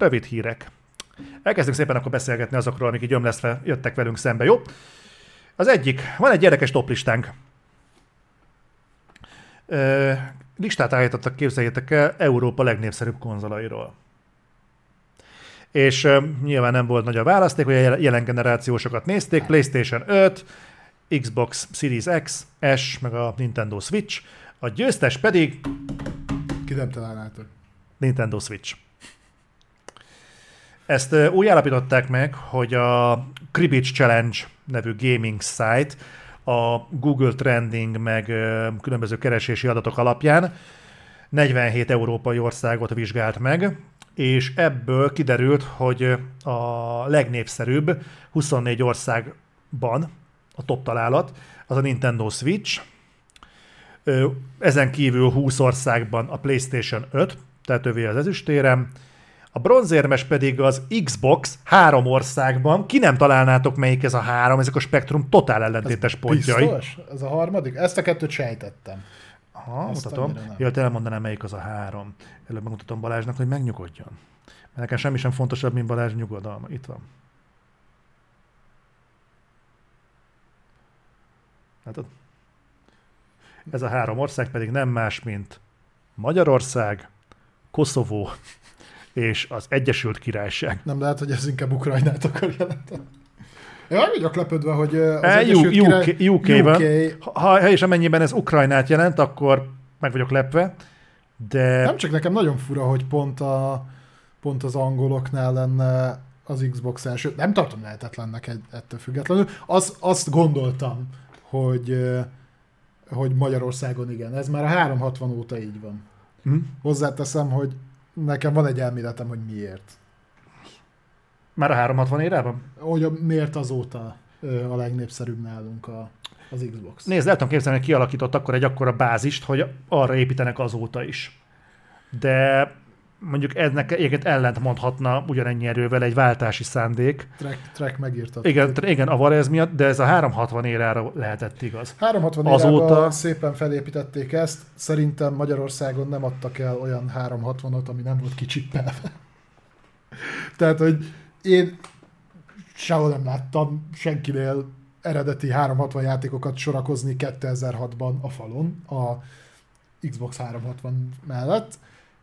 Rövid hírek. Elkezdünk szépen akkor beszélgetni azokról, amik így ömlesztve jöttek velünk szembe, jó? Az egyik, van egy érdekes toplistánk. Listát állítottak, képzeljétek el, Európa legnépszerűbb konzolairól. És nyilván nem volt nagy a választék, hogy a jelen generációsokat nézték, PlayStation 5, Xbox Series X, S, meg a Nintendo Switch. A győztes pedig... Ki nem találnátok. Nintendo Switch. Ezt úgy állapították meg, hogy a Cribbage Challenge nevű gaming site a Google Trending meg különböző keresési adatok alapján 47 európai országot vizsgált meg, és ebből kiderült, hogy a legnépszerűbb 24 országban a top találat az a Nintendo Switch, ezen kívül 20 országban a PlayStation 5, tehát övé az ezüstérem, a bronzérmes pedig az Xbox 3 országban. Ki nem találnátok, melyik ez a 3, ezek a spektrum totál ellentétes pontjai. Biztos? Ez a harmadik? Ezt a kettőt sejtettem. Aha, mutatom. Jött, elmondanám, melyik az a 3. Előbb megmutatom Balázsnak, hogy megnyugodjon. Mert nekem semmi sem fontosabb, mint Balázs nyugodalma. Itt van. Látod? Ez a 3 ország pedig nem más, mint Magyarország, Koszovó és az Egyesült Királyság. Nem lehet, hogy ez inkább Ukrajnát akar jelenteni. Én meg vagyok lepődve, hogy az Egyesült UK-ban, ha és amennyiben ez Ukrajnát jelent, akkor meg vagyok lepve, de... Nem csak nekem nagyon fura, hogy pont az angoloknál lenne az Xbox első. Nem tartom lehetetlennek ettől függetlenül. Azt gondoltam, hogy Magyarországon igen. Ez már a 360 óta így van. Hozzáteszem, hogy nekem van egy elméletem, hogy miért. Már a 360 érában? Hogy miért azóta a legnépszerűbb nálunk az Xbox. Nézd, el tudom képzelni, hogy kialakított akkor egy akkora bázist, hogy arra építenek azóta is. De mondjuk ennek egyébként ellent mondhatna ugyanennyi erővel egy váltási szándék. Track megírta. Igen, a Varez miatt, de ez a 360 érára lehetett igaz. 360 érában szépen felépítették ezt. Szerintem Magyarországon nem adtak el olyan 360-ot, ami nem volt kicsippelve. Tehát, hogy én sehol nem láttam senkinél eredeti 360 játékokat sorakozni 2006-ban a falon, a Xbox 360 mellett.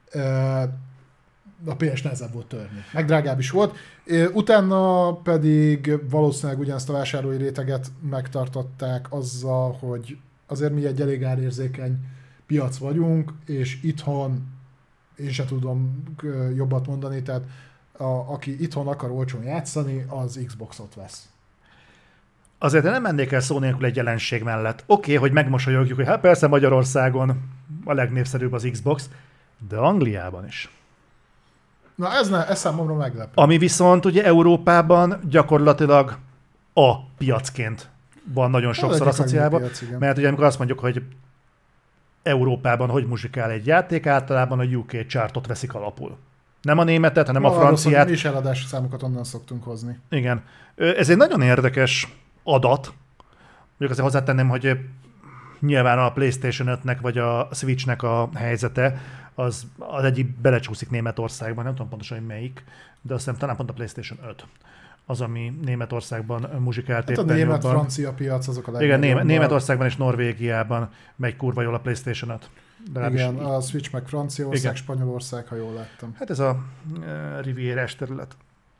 A PS nehezebb volt törni. Meg drágább is volt. Utána pedig valószínűleg ugyanezt a vásárlói réteget megtartották azzal, hogy azért mi egy elég árérzékeny piac vagyunk, és itthon én se tudom jobbat mondani, tehát aki itthon akar olcsón játszani, az Xboxot vesz. Azért nem mennék el szó nélkül egy jelenség mellett. Oké, hogy megmosolyogjuk, hogy hát persze Magyarországon a legnépszerűbb az Xbox, de Angliában is. Na ez számomra meglepő. Ami viszont ugye Európában gyakorlatilag a piacként van nagyon sokszor asszociálva, mert ugye amikor azt mondjuk, hogy Európában hogy muzsikál egy játék, általában a UK chartot veszik alapul. Nem a németet, hanem a franciát. Mi is eladási számokat onnan szoktunk hozni. Igen. Ez egy nagyon érdekes adat. Mondjuk azért hozzátenném, hogy nyilván a PlayStation 5-nek vagy a Switch-nek a helyzete az egyik belecsúszik Németországban, nem tudom pontosan, hogy melyik, de azt hiszem talán pont a PlayStation 5 az, ami Németországban muzsikált hát éppen. A német-francia piac azok a legnagyobb. Igen, Németországban és Norvégiában megy kurva jól a PlayStation 5. Igen, a Switch meg Franciaország, igen. Spanyolország, ha jól láttam. Hát ez a rivierás terület.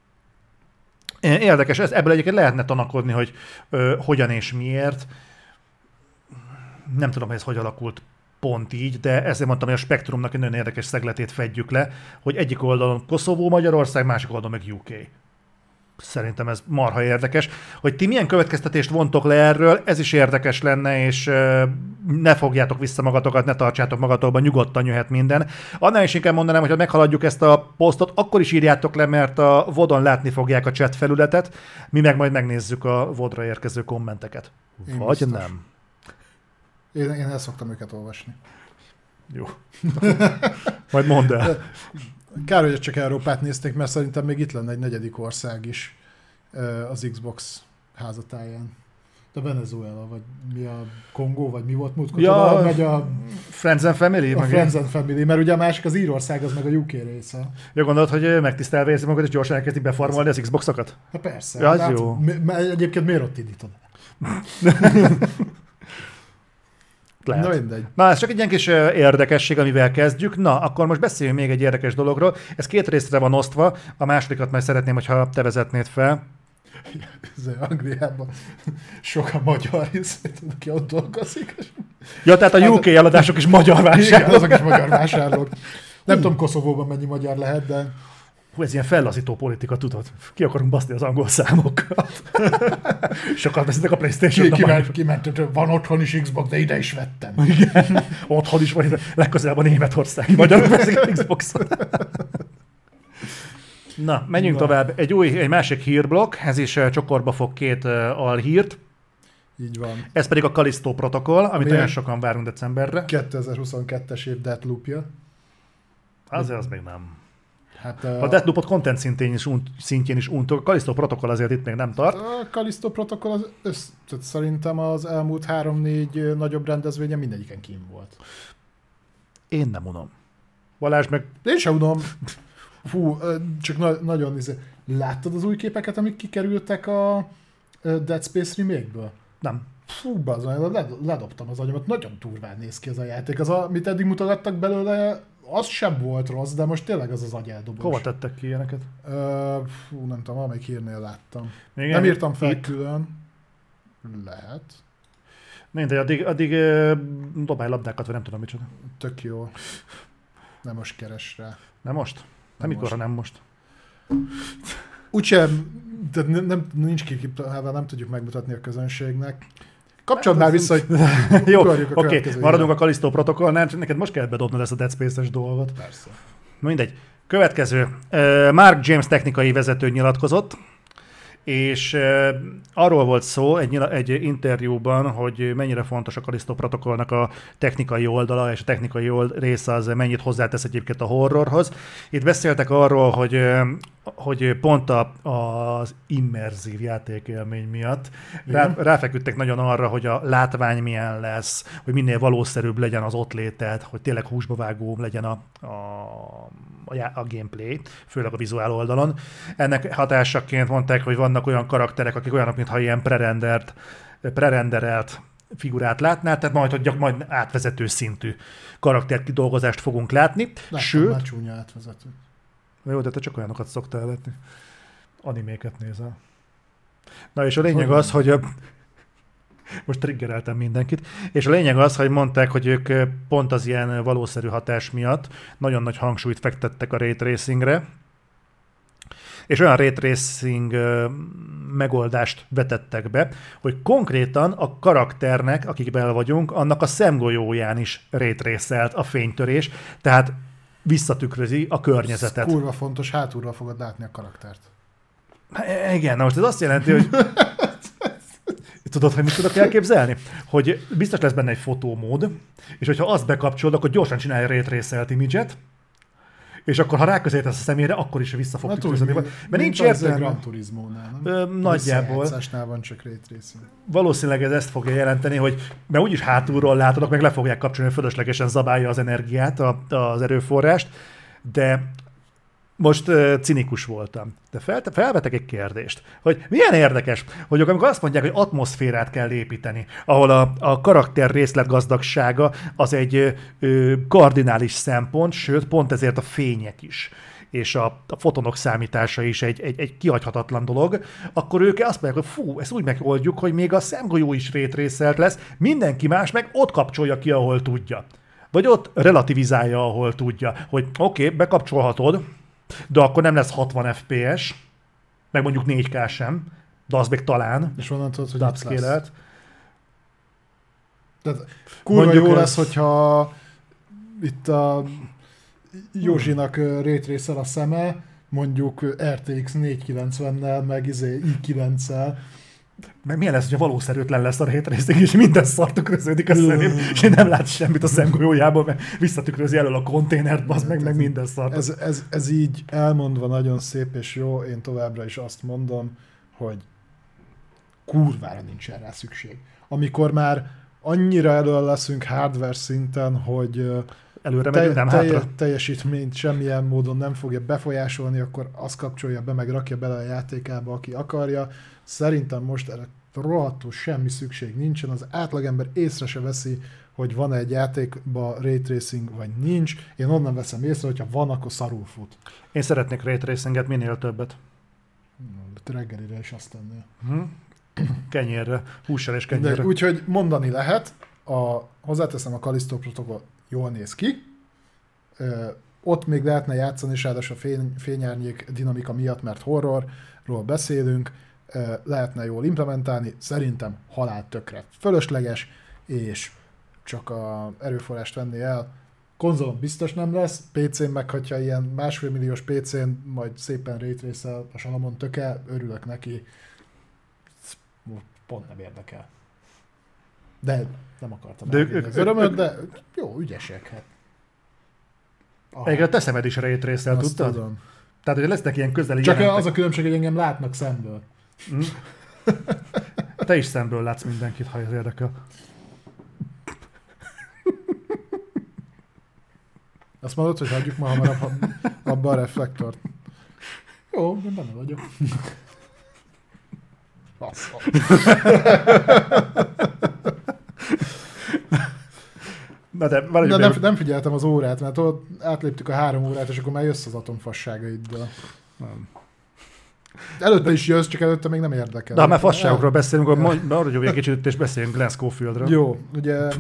Érdekes, ebből egyébként lehetne tanakodni, hogy hogyan és miért. Nem tudom, hogy ez hogy alakult pont így, de ezért mondtam, hogy a spektrumnak egy nagyon érdekes szegletét fedjük le, hogy egyik oldalon Koszovó, Magyarország, másik oldalon meg UK. Szerintem ez marha érdekes. Hogy ti milyen következtetést vontok le erről, ez is érdekes lenne, és ne fogjátok vissza magatokat, ne tartsátok magatokban, nyugodtan jöhet minden. Annál is inkább mondanám, hogy ha meghaladjuk ezt a posztot, akkor is írjátok le, mert a VOD-on látni fogják a chat felületet, mi meg majd megnézzük a VOD-ra érkező kommenteket. Vagy biztos. Nem. Én el szoktam őket olvasni. Jó. Majd mondd el. Kár, hogy csak Európát nézték, mert szerintem még itt lenne egy negyedik ország is az Xbox házatáján. A Venezuela, vagy mi a Kongó, vagy mi volt múltkor? Ja, megy a Friends and Family? a Friends and Family, mert ugye a másik az Írország, az meg a UK része. Ja, gondolod, hogy megtisztelve érzi magukat, és gyorsan elkezdik befarmolni az Xboxokat? Hát persze. Ja, az jó. Egyébként miért ott indítod? Lehet. Na mindegy. Na, ez csak egy ilyen kis érdekesség, amivel kezdjük. Na, akkor most beszéljünk még egy érdekes dologról. Ez 2 részre van osztva, a másodikat majd szeretném, hogyha te vezetnéd fel. Angliában sok a magyar, aki ott dolgozik. Ja, tehát a UK eladások is magyar vásárlók. Igen, azok is magyar vásárlók. Nem tudom Koszovóban mennyi magyar lehet, de... Hú, ez ilyen fellazító politika, tudod? Ki akarunk baszni az angol számokat. Sokat veszitek a PlayStation-t. Kiment, van otthon is Xbox, de ide is vettem. Igen, otthon is van, legközelebb a németországi magyarok veszik a Xboxot. Na, menjünk tovább. Egy másik hírblokk, ez is csokorba fog 2 alhírt. Így van. Ez pedig a Callisto protokoll, amit olyan sokan várunk decemberre. 2022-es év Deathloop-ja. Az még nem. Hát, a Deathloopot content szintjén is untok. A Callisto protokoll azért itt még nem tart. A Callisto protokoll szerintem az elmúlt 3-4 nagyobb rendezvényen mindegyiken kín volt. Én nem unom. Balázs meg... Én sem unom. Fú, csak nagyon láttad az új képeket, amik kikerültek a Dead Space remake-ből? Nem. Fú, bazdmeg, ledobtam az agyamat, nagyon turván néz ki ez a játék. Az, amit eddig mutogattak belőle, az sem volt rossz, de most tényleg az agyeldobós. Hova tettek ki ilyeneket? Fú, nem tudom, valamelyik hírnél láttam. Még nem írtam fel itt külön. Lehet. Mindegy, addig dobálj labdákat, vagy nem tudom micsoda. Tök jó. Nem most keres rá. Nem most? Nem mikor, nem most. Úgysem, nincs kiképtelve, nem tudjuk megmutatni a közönségnek. Kapcsold már vissza, hogy jó, oké, maradunk a Callisto protokollnál, neked most kell bedobnod ezt a Dead Space-es dolgot. Persze. Mindegy. Következő. Mark James technikai vezető nyilatkozott, és arról volt szó egy interjúban, hogy mennyire fontos a Callisto protokollnak a technikai oldala, és a technikai része az mennyit hozzátesz egyébként a horrorhoz. Itt beszéltek arról, hogy pont az immerzív játékélmény miatt ráfeküdtek nagyon arra, hogy a látvány milyen lesz, hogy minél valószerűbb legyen az ott léted, hogy tényleg húsba vágó legyen a gameplay, főleg a vizuál oldalon. Ennek hatásaként mondták, hogy vannak olyan karakterek, akik olyanok, mintha ilyen prerenderelt figurát látnál, tehát majd átvezető szintű karakterkidolgozást fogunk látni. Láttam, sőt, már csúnya átvezető. Jó, de te csak olyanokat szoktál látni. Animéket nézel. Na és a lényeg az, hogy most triggereltem mindenkit, és a lényeg az, hogy mondták, hogy ők pont az ilyen valószerű hatás miatt nagyon nagy hangsúlyt fektettek a ray tracingre, és olyan ray tracing megoldást vetettek be, hogy konkrétan a karakternek, akikben vagyunk, annak a szemgolyóján is ray tracelt a fénytörés, tehát visszatükrözi a környezetet. Ez kurva fontos, hátulról fogod látni a karaktert. Igen, na most ez azt jelenti, hogy tudod, hogy mit tudok elképzelni? Hogy biztos lesz benne egy fotómód, és hogyha azt bekapcsolod, akkor gyorsan csinálj ray tracelt image-et, és akkor, ha ráközelítesz a személyre, akkor is vissza fog tükrözni. Mert nincs értelme. Gran Turismo-nál, nem? Nagyjából. Visszajátszásnál van csak ray tracing. Valószínűleg ez ezt fogja jelenteni, hogy mert úgyis hátulról látodok, meg le fogják kapcsolni, hogy fölöslegesen zabálja az energiát, az erőforrást, de most cinikus voltam. De felvetek egy kérdést, hogy milyen érdekes, hogy amikor azt mondják, hogy atmoszférát kell építeni, ahol a karakter részletgazdagsága az egy kardinális szempont, sőt, pont ezért a fények is, és a fotonok számítása is egy kihagyhatatlan dolog, akkor ők azt mondják, hogy fú, ezt úgy megoldjuk, hogy még a szemgolyó is rétrészelt lesz, mindenki más meg ott kapcsolja ki, ahol tudja. Vagy ott relativizálja, ahol tudja, hogy oké, bekapcsolhatod, de akkor nem lesz 60 FPS, meg mondjuk 4K sem, de az még talán. És onnan tudod, hogy itt lesz. Tehát kurva mondjuk jó lesz, hogyha itt a Józsinak rétrészel a szeme, mondjuk RTX 490-nel, meg i9-el. Meg milyen lesz, hogyha valószerűtlen lesz a rétrészing, és minden szar tükröződik a szemém, és én nem lát semmit a szemgolyójából, mert visszatükrözi elől a konténert, meg minden szart. Ez így elmondva nagyon szép és jó, én továbbra is azt mondom, hogy kurvára nincsen rá szükség. Amikor már annyira elől leszünk hardware szinten, hogy előre megyünk, nem hátra. Teljesítményt semmilyen módon nem fogja befolyásolni, akkor azt kapcsolja be, meg rakja bele a játékába, aki akarja. Szerintem most erre rohadtul semmi szükség nincsen. Az átlagember észre se veszi, hogy van egy játékban ray tracing, vagy nincs. Én onnan veszem észre, hogyha van, akkor szarul fut. Én szeretnék ray tracinget minél többet. Reggelire is azt tennél. Kenyérre, hússal és kenyérre. Úgyhogy mondani lehet, hozzáteszem, a Callisto protokoll jól néz ki. Ott még lehetne játszani, és ráadásul a fényárnyék dinamika miatt, mert horrorról beszélünk, lehetne jól implementálni. Szerintem haláltökre fölösleges, és csak a erőforrást venni el. Konzolon biztos nem lesz, PC-n meg, hogyha ilyen 1,5 milliós PC-n majd szépen raytrace-el a Salamon töke, örülök neki. Pont nem érdekel. De nem akartam az örömöt, de jó, ügyesek. Hát. Egyébként a te szemed is raytrace-el, tudtad? Tudom. Tehát, hogy lesznek ilyen közeli csak jelentek. Az a különbség, hogy engem látnak szemből. Te is szemből látsz mindenkit, ha ez érdekel. Azt mondod, hogy hagyjuk ma hamarabb abba a reflektort. Jó, én benne vagyok. Nem figyeltem az órát, mert ott átléptük a 3 órát, és akkor már jössz az atomfasságaiddal. Nem. Előtte is jössz, csak előtte még nem érdekel. De ha már fasságokról beszélünk, akkor maradjunk egy kicsit, és beszéljünk Glenn Schofieldről. Jó, ugye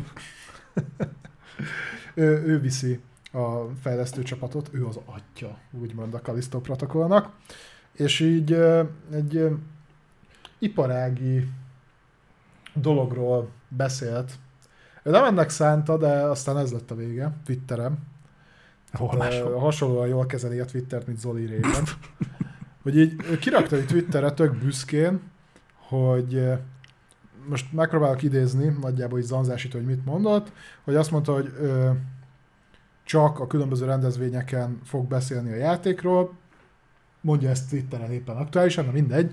ő viszi a fejlesztő csapatot, ő az atya, úgymond a Callisto protokollnak, és így egy iparági dologról beszélt. Ő nem ennek szánta, de aztán ez lett a vége, Twitterem. Hasonlóan jól kezeli a Twittert, mint Zoli régen. Hogy így kirakta egy Twitterre tök büszkén, hogy most megpróbálok idézni, nagyjából így zanzásító, hogy mit mondott, hogy azt mondta, hogy csak a különböző rendezvényeken fog beszélni a játékról, mondja ezt Twitteren éppen aktuálisan, na mindegy,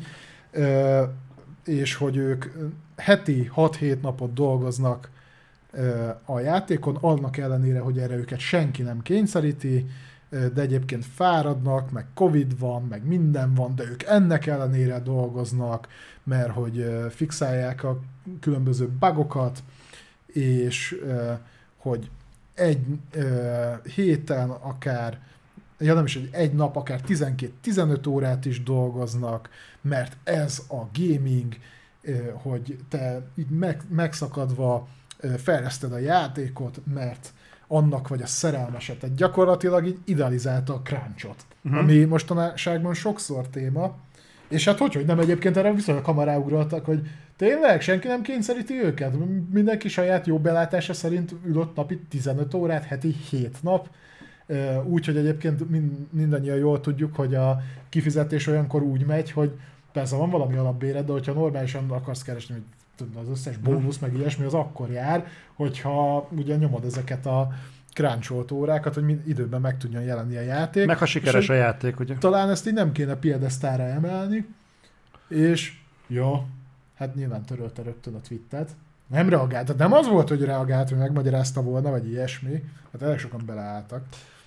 és hogy ők heti 6-7 napot dolgoznak a játékon, annak ellenére, hogy erre őket senki nem kényszeríti, de egyébként fáradnak, meg Covid van, meg minden van, de ők ennek ellenére dolgoznak, mert hogy fixálják a különböző bugokat, és hogy egy héten akár, ja nem is, egy nap akár 12-15 órát is dolgoznak, mert ez a gaming, hogy te így megszakadva fejleszted a játékot, mert annak vagy a szerelmeset. Tehát gyakorlatilag így idealizálta a crunchot, ami mostanságban sokszor téma, és hát hogy nem egyébként erre viszonylag hamar ráugrottak, hogy tényleg senki nem kényszeríti őket? Mindenki saját jó belátása szerint ülött napi 15 órát, heti 7 nap, úgyhogy egyébként mindannyian jól tudjuk, hogy a kifizetés olyankor úgy megy, hogy persze van valami alapbéred, de hogyha normálisan akarsz keresni, hogy az összes bónusz, meg ilyesmi, az akkor jár, hogyha ugye nyomod ezeket a cruncholt órákat, hogy időben meg tudjon jelenni a játék. Meg ha sikeres a játék, ugye? Talán ezt így nem kéne piedesztára emelni, és jó, hát nyilván törölte rögtön a tweetet. Nem reagált, tehát nem az volt, hogy reagált, hogy megmagyarázta volna, vagy ilyesmi, hát elég sokan beleálltak.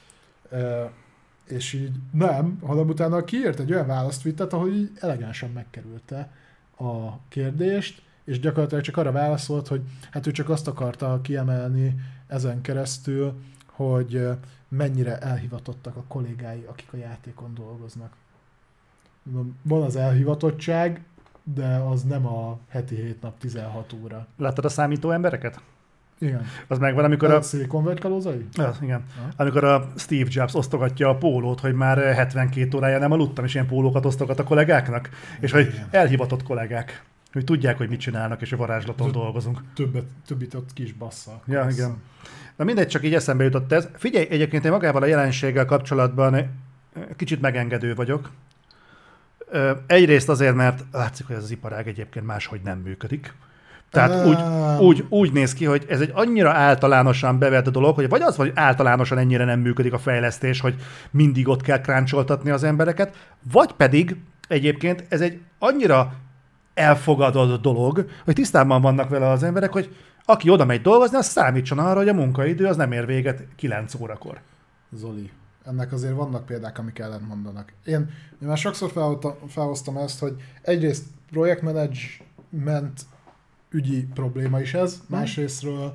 És így nem, hanem utána kiírt egy olyan választ-tweetet, ahol így elegánsan megkerülte a kérdést, és gyakorlatilag csak arra válaszolt, hogy hát ő csak azt akarta kiemelni ezen keresztül, hogy mennyire elhivatottak a kollégái, akik a játékon dolgoznak. Van az elhivatottság, de az nem a heti 7 nap 16 óra. Láttad a számító embereket? Igen. Az megvan, amikor a Silicon Valley kalózai? Igen. Amikor a Steve Jobs osztogatja a pólót, hogy már 72 órája nem aludtam, és ilyen pólókat osztogat a kollégáknak, és hogy elhivatott kollégák, hogy tudják, hogy mit csinálnak, és a varázslaton dolgozunk. Többit ott ki is bassza. Ja, igen. Na mindegy, csak így eszembe jutott ez. Figyelj, egyébként én magával a jelenséggel kapcsolatban kicsit megengedő vagyok. Egyrészt azért, mert látszik, hogy ez az iparág egyébként máshogy nem működik. Tehát úgy néz ki, hogy ez egy annyira általánosan bevett dolog, hogy vagy az, hogy általánosan ennyire nem működik a fejlesztés, hogy mindig ott kell cruncholtatni az embereket, vagy pedig egyébként ez egy annyira elfogadott dolog, hogy tisztában vannak vele az emberek, hogy aki oda megy dolgozni, az számítson arra, hogy a munkaidő az nem ér véget 9 órakor. Zoli, ennek azért vannak példák, amik ellent mondanak. Én már sokszor felhoztam ezt, hogy egyrészt projektmenedzsment ügyi probléma is ez, másrésztről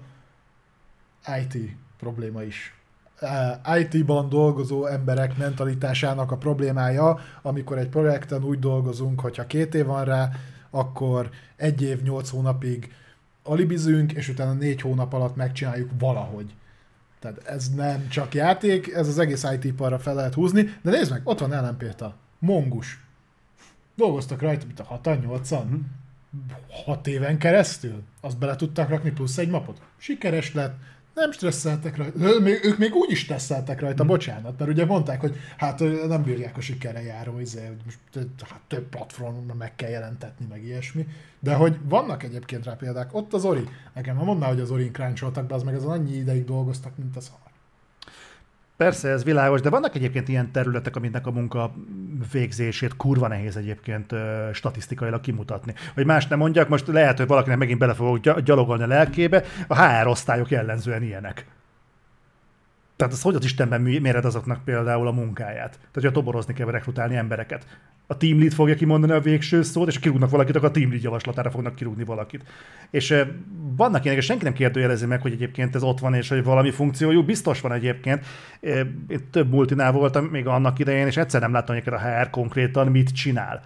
IT probléma is. IT-ban dolgozó emberek mentalitásának a problémája, amikor egy projekten úgy dolgozunk, hogyha 2 év van rá, akkor 1 év 8 hónapig alibizünk, és utána 4 hónap alatt megcsináljuk valahogy. Tehát ez nem csak játék, ez az egész IT-iparra fel lehet húzni, de nézd meg, ott van Ellen Péter, Mongus. Dolgoztak rajta, mint a 6-8-an. 6 éven keresztül. Azt bele tudtak rakni plusz egy mapot. Sikeres lett, nem stresszeltek rajta. Ők még úgy is stresszeltek rajta, bocsánat, mert ugye mondták, hogy hát nem bírják a sikerre járó, hogy most több platformon meg kell jelentetni, meg ilyesmi. De hogy vannak egyébként rá példák. Ott az Ori. Nekem ha mondná, hogy az Orin cruncholtak be, az meg azon annyi ideig dolgoztak, mint az szar. Persze, ez világos, de vannak egyébként ilyen területek, aminek a munka végzését kurva nehéz egyébként statisztikailag kimutatni. Hogy más nem mondjak, most lehet, hogy valakinek megint bele fogok gyalogolni a lelkébe, a HR osztályok jellemzően ilyenek. Tehát az hogy az Istenben méred azoknak például a munkáját? Tehát, hogy a toborozni kell rekrutálni embereket. A team lead fogja kimondani a végső szót, és ha kirúgnak valakit, akkor a team lead javaslatára fognak kirúgni valakit. És vannak ilyenek, és senki nem kérdőjelezi meg, hogy egyébként ez ott van, és hogy valami funkciójú biztos van egyébként. Én több multinál voltam még annak idején, és egyszer nem láttam, hogy a HR konkrétan mit csinál.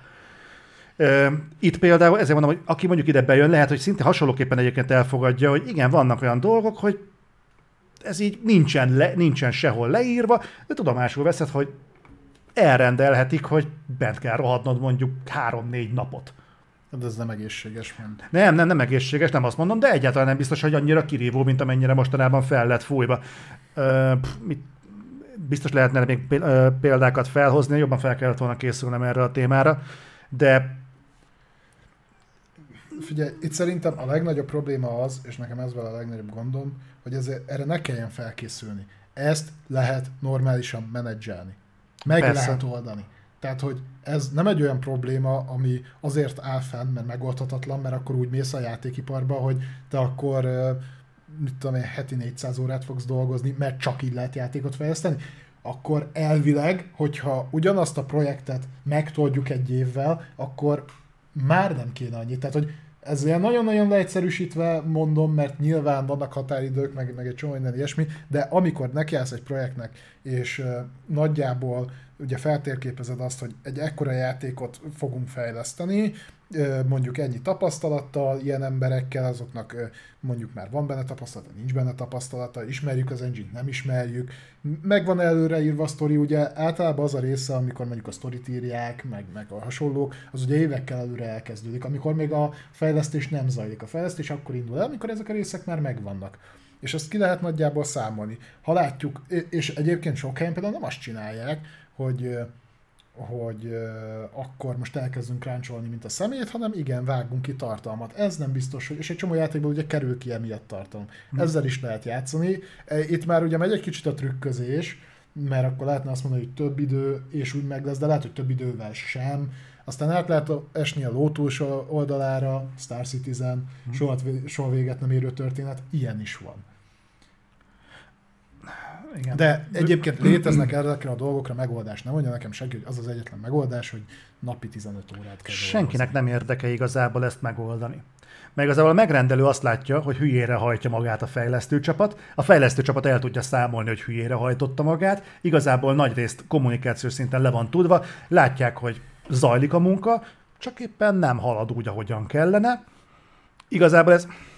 Itt például ezért mondom, hogy aki mondjuk ide bejön, lehet, hogy szinte hasonlóképpen egyébként elfogadja, hogy igen, vannak olyan dolgok, hogy ez így nincsen sehol leírva, de tudomásul veszed, hogy elrendelhetik, hogy bent kell rohadnod mondjuk 3-4 napot. De ez nem egészséges, mond. Nem egészséges, nem azt mondom, de egyáltalán nem biztos, hogy annyira kirívó, mint amennyire mostanában fel lett fújva. Biztos lehetne még példákat felhozni, jobban fel kellett volna készülnem erre a témára, de... Figyelj, itt szerintem a legnagyobb probléma az, és nekem ez vele a legnagyobb gondom, hogy erre ne kelljen felkészülni. Ezt lehet normálisan menedzselni. Meg Persze. lehet oldani. Tehát, hogy ez nem egy olyan probléma, ami azért áll fenn, mert megoldhatatlan, mert akkor úgy mész a játékiparba, hogy te akkor mit tudom én, heti 400 órát fogsz dolgozni, mert csak így lehet játékot fejleszteni. Akkor elvileg, hogyha ugyanazt a projektet megtoldjuk 1 évvel, akkor már nem kéne annyi. Tehát, hogy ez ilyen nagyon-nagyon leegyszerűsítve mondom, mert nyilván vannak határidők, meg egy csomó minden ilyesmi, de amikor nekiállsz egy projektnek, és nagyjából ugye feltérképezed azt, hogy egy ekkora játékot fogunk fejleszteni, mondjuk ennyi tapasztalattal, ilyen emberekkel, azoknak mondjuk már van benne tapasztalata, nincs benne tapasztalata, ismerjük az engine-t, nem ismerjük, meg van előreírva a sztori, ugye általában az a része, amikor mondjuk a sztorit írják, meg a hasonlók, az ugye évekkel előre elkezdődik, amikor még a fejlesztés nem zajlik. A fejlesztés akkor indul el, amikor ezek a részek már megvannak. És ezt ki lehet nagyjából számolni. Ha látjuk, és egyébként sok helyen például nem azt csinálják, hogy akkor most elkezdünk ráncsolni, mint a szemét, hanem igen, vágunk ki tartalmat. Ez nem biztos, hogy, és egy csomó játékban ugye kerül ki emiatt tartalom. Ezzel is lehet játszani. Itt már ugye megy egy kicsit a trükközés, mert akkor lehetne azt mondani, hogy több idő, és úgy meg lesz, de lehet, hogy több idővel sem. Aztán át lehet esni a lótús oldalára, Star Citizen, soha véget nem érő történet, ilyen is van. Igen. De egyébként léteznek ezekre a dolgokra megoldás. Nem mondja nekem senki, hogy az az egyetlen megoldás, hogy napi 15 órát kell Senkinek nem érdeke igazából ezt megoldani. Mert igazából a megrendelő azt látja, hogy hülyére hajtja magát a fejlesztőcsapat. A fejlesztőcsapat el tudja számolni, hogy hülyére hajtotta magát. Igazából nagyrészt kommunikációs szinten le van tudva. Látják, hogy zajlik a munka, csak éppen nem halad úgy, ahogyan kellene. Igazából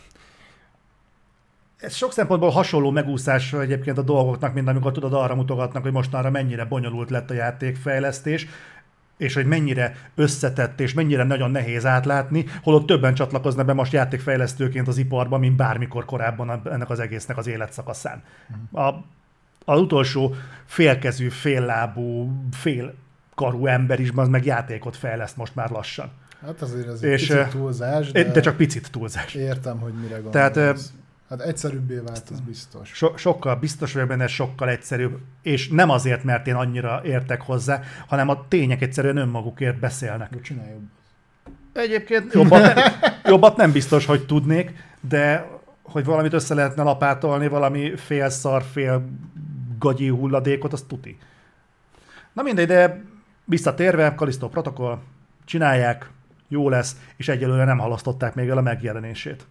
ez sok szempontból hasonló megúszás egyébként a dolgoknak, mint amikor tudod arra mutogatnak, hogy mostanra mennyire bonyolult lett a játékfejlesztés, és hogy mennyire összetett és mennyire nagyon nehéz átlátni, holott többen csatlakoznak be most játékfejlesztőként az iparba, mint bármikor korábban ennek az egésznek az életszakaszán. Az utolsó félkezű, féllábú, félkarú ember is, az meg játékot fejleszt most már lassan. Hát azért ez egy picit túlzás, de csak picit túlzás. Értem, hogy mire gondolsz. Tehát, hát egyszerűbbé vált, ez biztos. Sokkal biztos vagyok benne, sokkal egyszerűbb, és nem azért, mert én annyira értek hozzá, hanem a tények egyszerűen önmagukért beszélnek. Csinálj jobb. Egyébként jobbat nem biztos, hogy tudnék, de hogy valamit össze lehetne lapátolni, valami fél szar, fél gagyi hulladékot, az tuti. Na mindegy, de visszatérve, Callisto protokoll, csinálják, jó lesz, és egyelőre nem halasztották még el a megjelenését.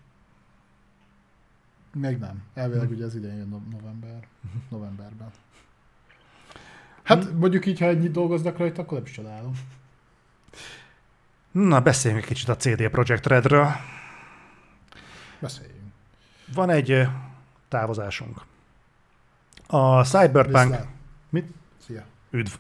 Még nem. Elvileg ugye az idén jön novemberben. Hát mondjuk így, ha ennyit dolgoznak rajta, akkor nem is csodálom. Na, beszéljünk egy kicsit a CD Projekt Redről. Beszéljünk. Van egy távozásunk. A Cyberpunk... Viszlát. Mit? Szia. Üdv.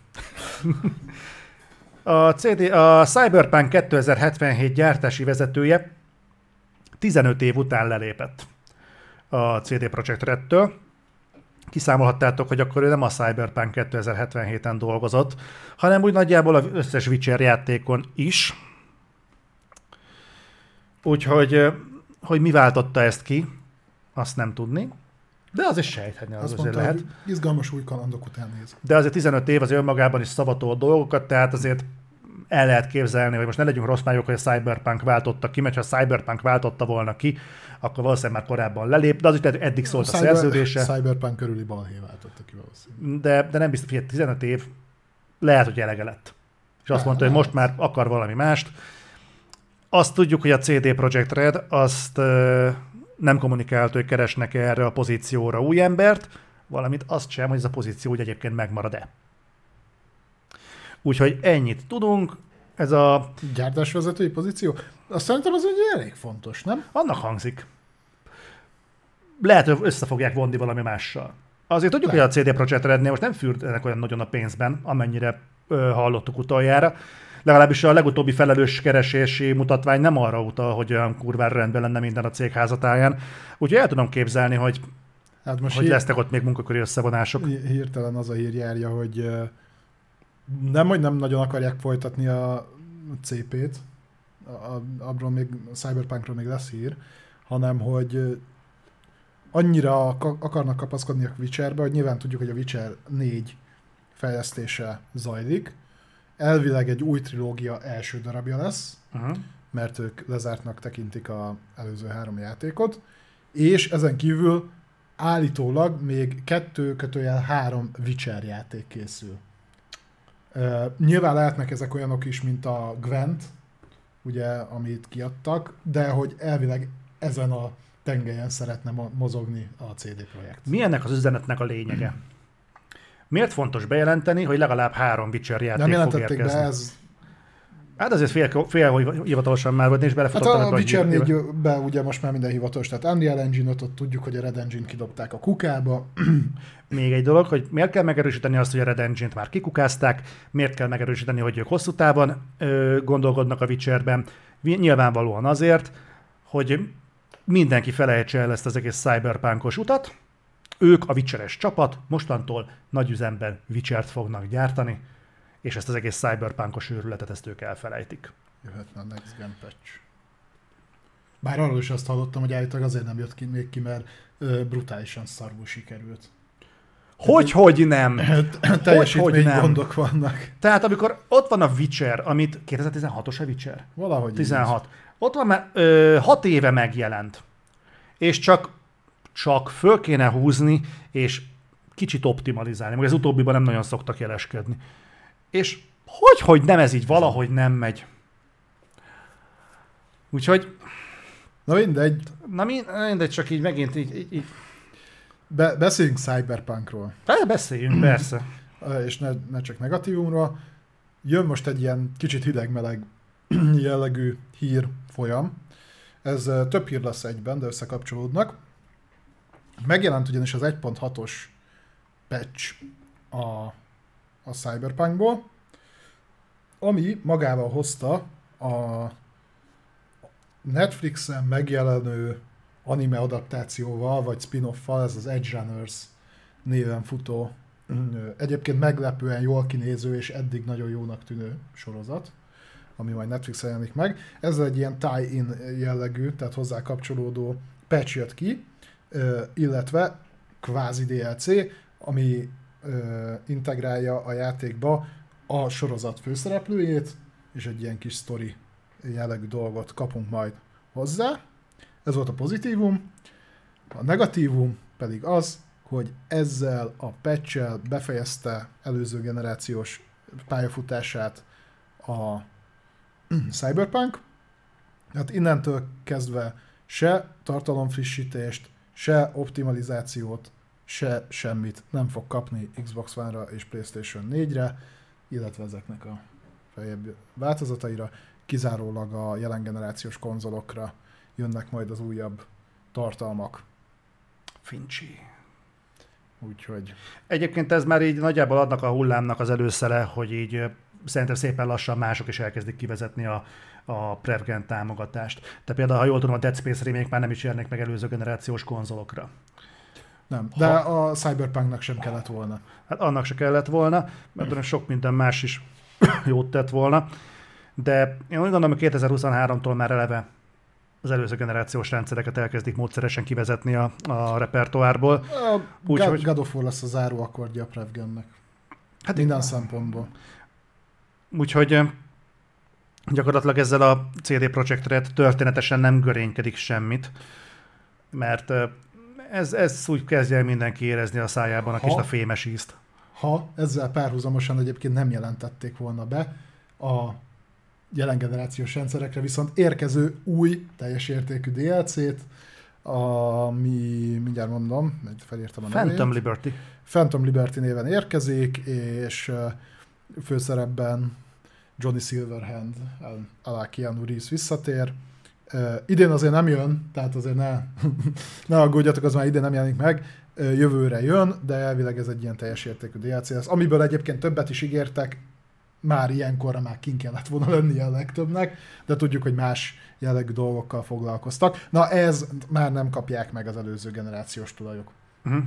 A Cyberpunk 2077 gyártási vezetője 15 év után lelépett a CD Projekt Redtől. Kiszámolhattátok, hogy akkor ő nem a Cyberpunk 2077-en dolgozott, hanem úgy nagyjából az összes Witcher játékon is. Úgyhogy hogy mi váltotta ezt ki, azt nem tudni. De azért sejthetni, az azért mondta, lehet. hogy izgalmas új kalandok után néz. De azért 15 év az önmagában is szavatol dolgokat, tehát azért el lehet képzelni, hogy most ne legyünk rossz májok, hogy a Cyberpunk váltotta ki, mert ha a Cyberpunk váltotta volna ki, akkor valószínűleg már korábban lelép, de az is eddig szólt a szerződése. Cyberpunk körüli balhé váltotta ki valószínűleg. De nem biztos, hogy 15 év lehet, hogy elege lett. És azt mondta, hogy most már akar valami mást. Azt tudjuk, hogy a CD Projekt Red azt nem kommunikált, hogy keresnek erre a pozícióra új embert, valamint azt sem, hogy ez a pozíció úgy egyébként megmarad-e. Úgyhogy ennyit tudunk. Ez a... Gyártásvezetői pozíció? Azt szerintem az egy elég fontos, nem? Annak hangzik. Lehet, hogy össze fogják vonni valami mással. Azért tudjuk, hogy a CD Projekt Rednél most nem fürdenek olyan nagyon a pénzben, amennyire hallottuk utoljára. Legalábbis a legutóbbi felelős keresési mutatvány nem arra utal, hogy olyan kurvára rendben lenne minden a cég házatáján. Úgyhogy el tudom képzelni, hogy, hát most lesznek ott még munkaköri összevonások. Hirtelen az a hír járja, hogy nem nagyon akarják folytatni a CP-t, abról még, a Cyberpunkról még lesz hír, hanem hogy annyira akarnak kapaszkodni a Witcherbe, hogy nyilván tudjuk, hogy a Witcher 4 fejlesztése zajlik. Elvileg egy új trilógia első darabja lesz, mert ők lezártnak tekintik az előző 3 játékot, és ezen kívül állítólag még 2/3 Witcher játék készül. Nyilván lehetnek ezek olyanok is, mint a Gwent, ugye, amit kiadtak, de hogy elvileg ezen a tengelyen szeretne mozogni a CD Projekt. Mi ennek az üzenetnek a lényege? Miért fontos bejelenteni, hogy legalább 3 Witcher játék nem fog érkezni? Be ez... Hát azért fél hogy hivatalosan már, vagy nincs belefutottam. Hát a Witcher 4-be ugye most már minden hivatalos, tehát Unreal Engine-ot ott tudjuk, hogy a Red Engine kidobták a kukába. Még egy dolog, hogy miért kell megerősíteni azt, hogy a Red Engine-t már kikukázták, miért kell megerősíteni, hogy ők hosszú távon gondolkodnak a Witcherben. Nyilvánvalóan azért, hogy mindenki felejtse el ezt az egész cyberpunkos utat. Ők, a Witcheres csapat mostantól nagy üzemben Witchert fognak gyártani, és ezt az egész cyberpunkos őrületet ezt ők elfelejtik. Jöhetne a Next Gen patch. Bár arról is azt hallottam, hogy állítólag azért nem jött ki még ki, mert brutálisan szarul sikerült. Hogy nem? Teljesítmény gondok vannak. Tehát amikor ott van a Witcher, amit 2016-os a Witcher? Valahogy 16. Így. Ott van már 6 éve megjelent. És csak föl kéne húzni, és kicsit optimalizálni. Meg az utóbbiban nem nagyon szoktak jeleskedni. És hogy nem ez így valahogy nem megy. Úgyhogy... Na mindegy. Mindegy, csak így megint így. Beszéljünk Cyberpunkról. Beszéljünk, persze. És ne csak negatívumról. Jön most egy ilyen kicsit hideg-meleg jellegű hír folyam. Ez több hír lesz egyben, de összekapcsolódnak. Megjelent ugyanis az 1.6-os patch a Cyberpunkból, ami magával hozta a Netflixen megjelenő anime adaptációval, vagy spin-offal, ez az Edge Runners néven futó, egyébként meglepően jól kinéző és eddig nagyon jónak tűnő sorozat, ami majd Netflixen jelenik meg. Ez egy ilyen tie-in jellegű, tehát hozzá kapcsolódó patch jött ki, illetve kvázi DLC, ami integrálja a játékba a sorozat főszereplőjét, és egy ilyen kis sztori jellegű dolgot kapunk majd hozzá. Ez volt a pozitívum. A negatívum pedig az, hogy ezzel a patch-el befejezte előző generációs pályafutását a Cyberpunk. Hát innentől kezdve se tartalomfrissítést, se optimalizációt, se semmit nem fog kapni Xbox One-ra és PlayStation 4-re, illetve ezeknek a feljebb változataira. Kizárólag a jelen generációs konzolokra jönnek majd az újabb tartalmak. Fincsi. Úgyhogy... Egyébként ez már így nagyjából adnak a hullámnak az előszele, hogy így szerintem szépen lassan mások is elkezdik kivezetni a Prevgen támogatást. Tehát például, ha jól tudom, a Dead Space remake már nem is érnek meg előző generációs konzolokra. Nem, de a Cyberpunknak sem kellett volna. Hát annak se kellett volna, mert sok minden más is jót tett volna. De én úgy gondolom, hogy 2023-tól már eleve az előző generációs rendszereket elkezdik módszeresen kivezetni a repertoárból. God of War lesz a záró akkordja a Prevgennek. Hát minden szempontból. Úgyhogy gyakorlatilag ezzel a CD Projekt Red történetesen nem görénykedik semmit, mert ez úgy kezdje el mindenki érezni a szájában a kis a fémes ízt. Ha ezzel párhuzamosan egyébként nem jelentették volna be a jelen generációs rendszerekre, viszont érkező új, teljes értékű DLC-t, ami, mindjárt mondom, felírtam a nevét. Phantom Liberty néven érkezik, és főszerepben Johnny Silverhand alá Keanu Reeves visszatér. Idén azért nem jön, tehát azért ne aggódjatok, az már idén nem jelenik meg, jövőre jön, de elvileg ez egy ilyen teljes értékű DLC lesz, amiből egyébként többet is ígértek, már ilyenkorra már kint kellett volna lennie a legtöbbnek, de tudjuk, hogy más jellegű dolgokkal foglalkoztak. Na ez már nem kapják meg az előző generációs tulajok. Uh-huh.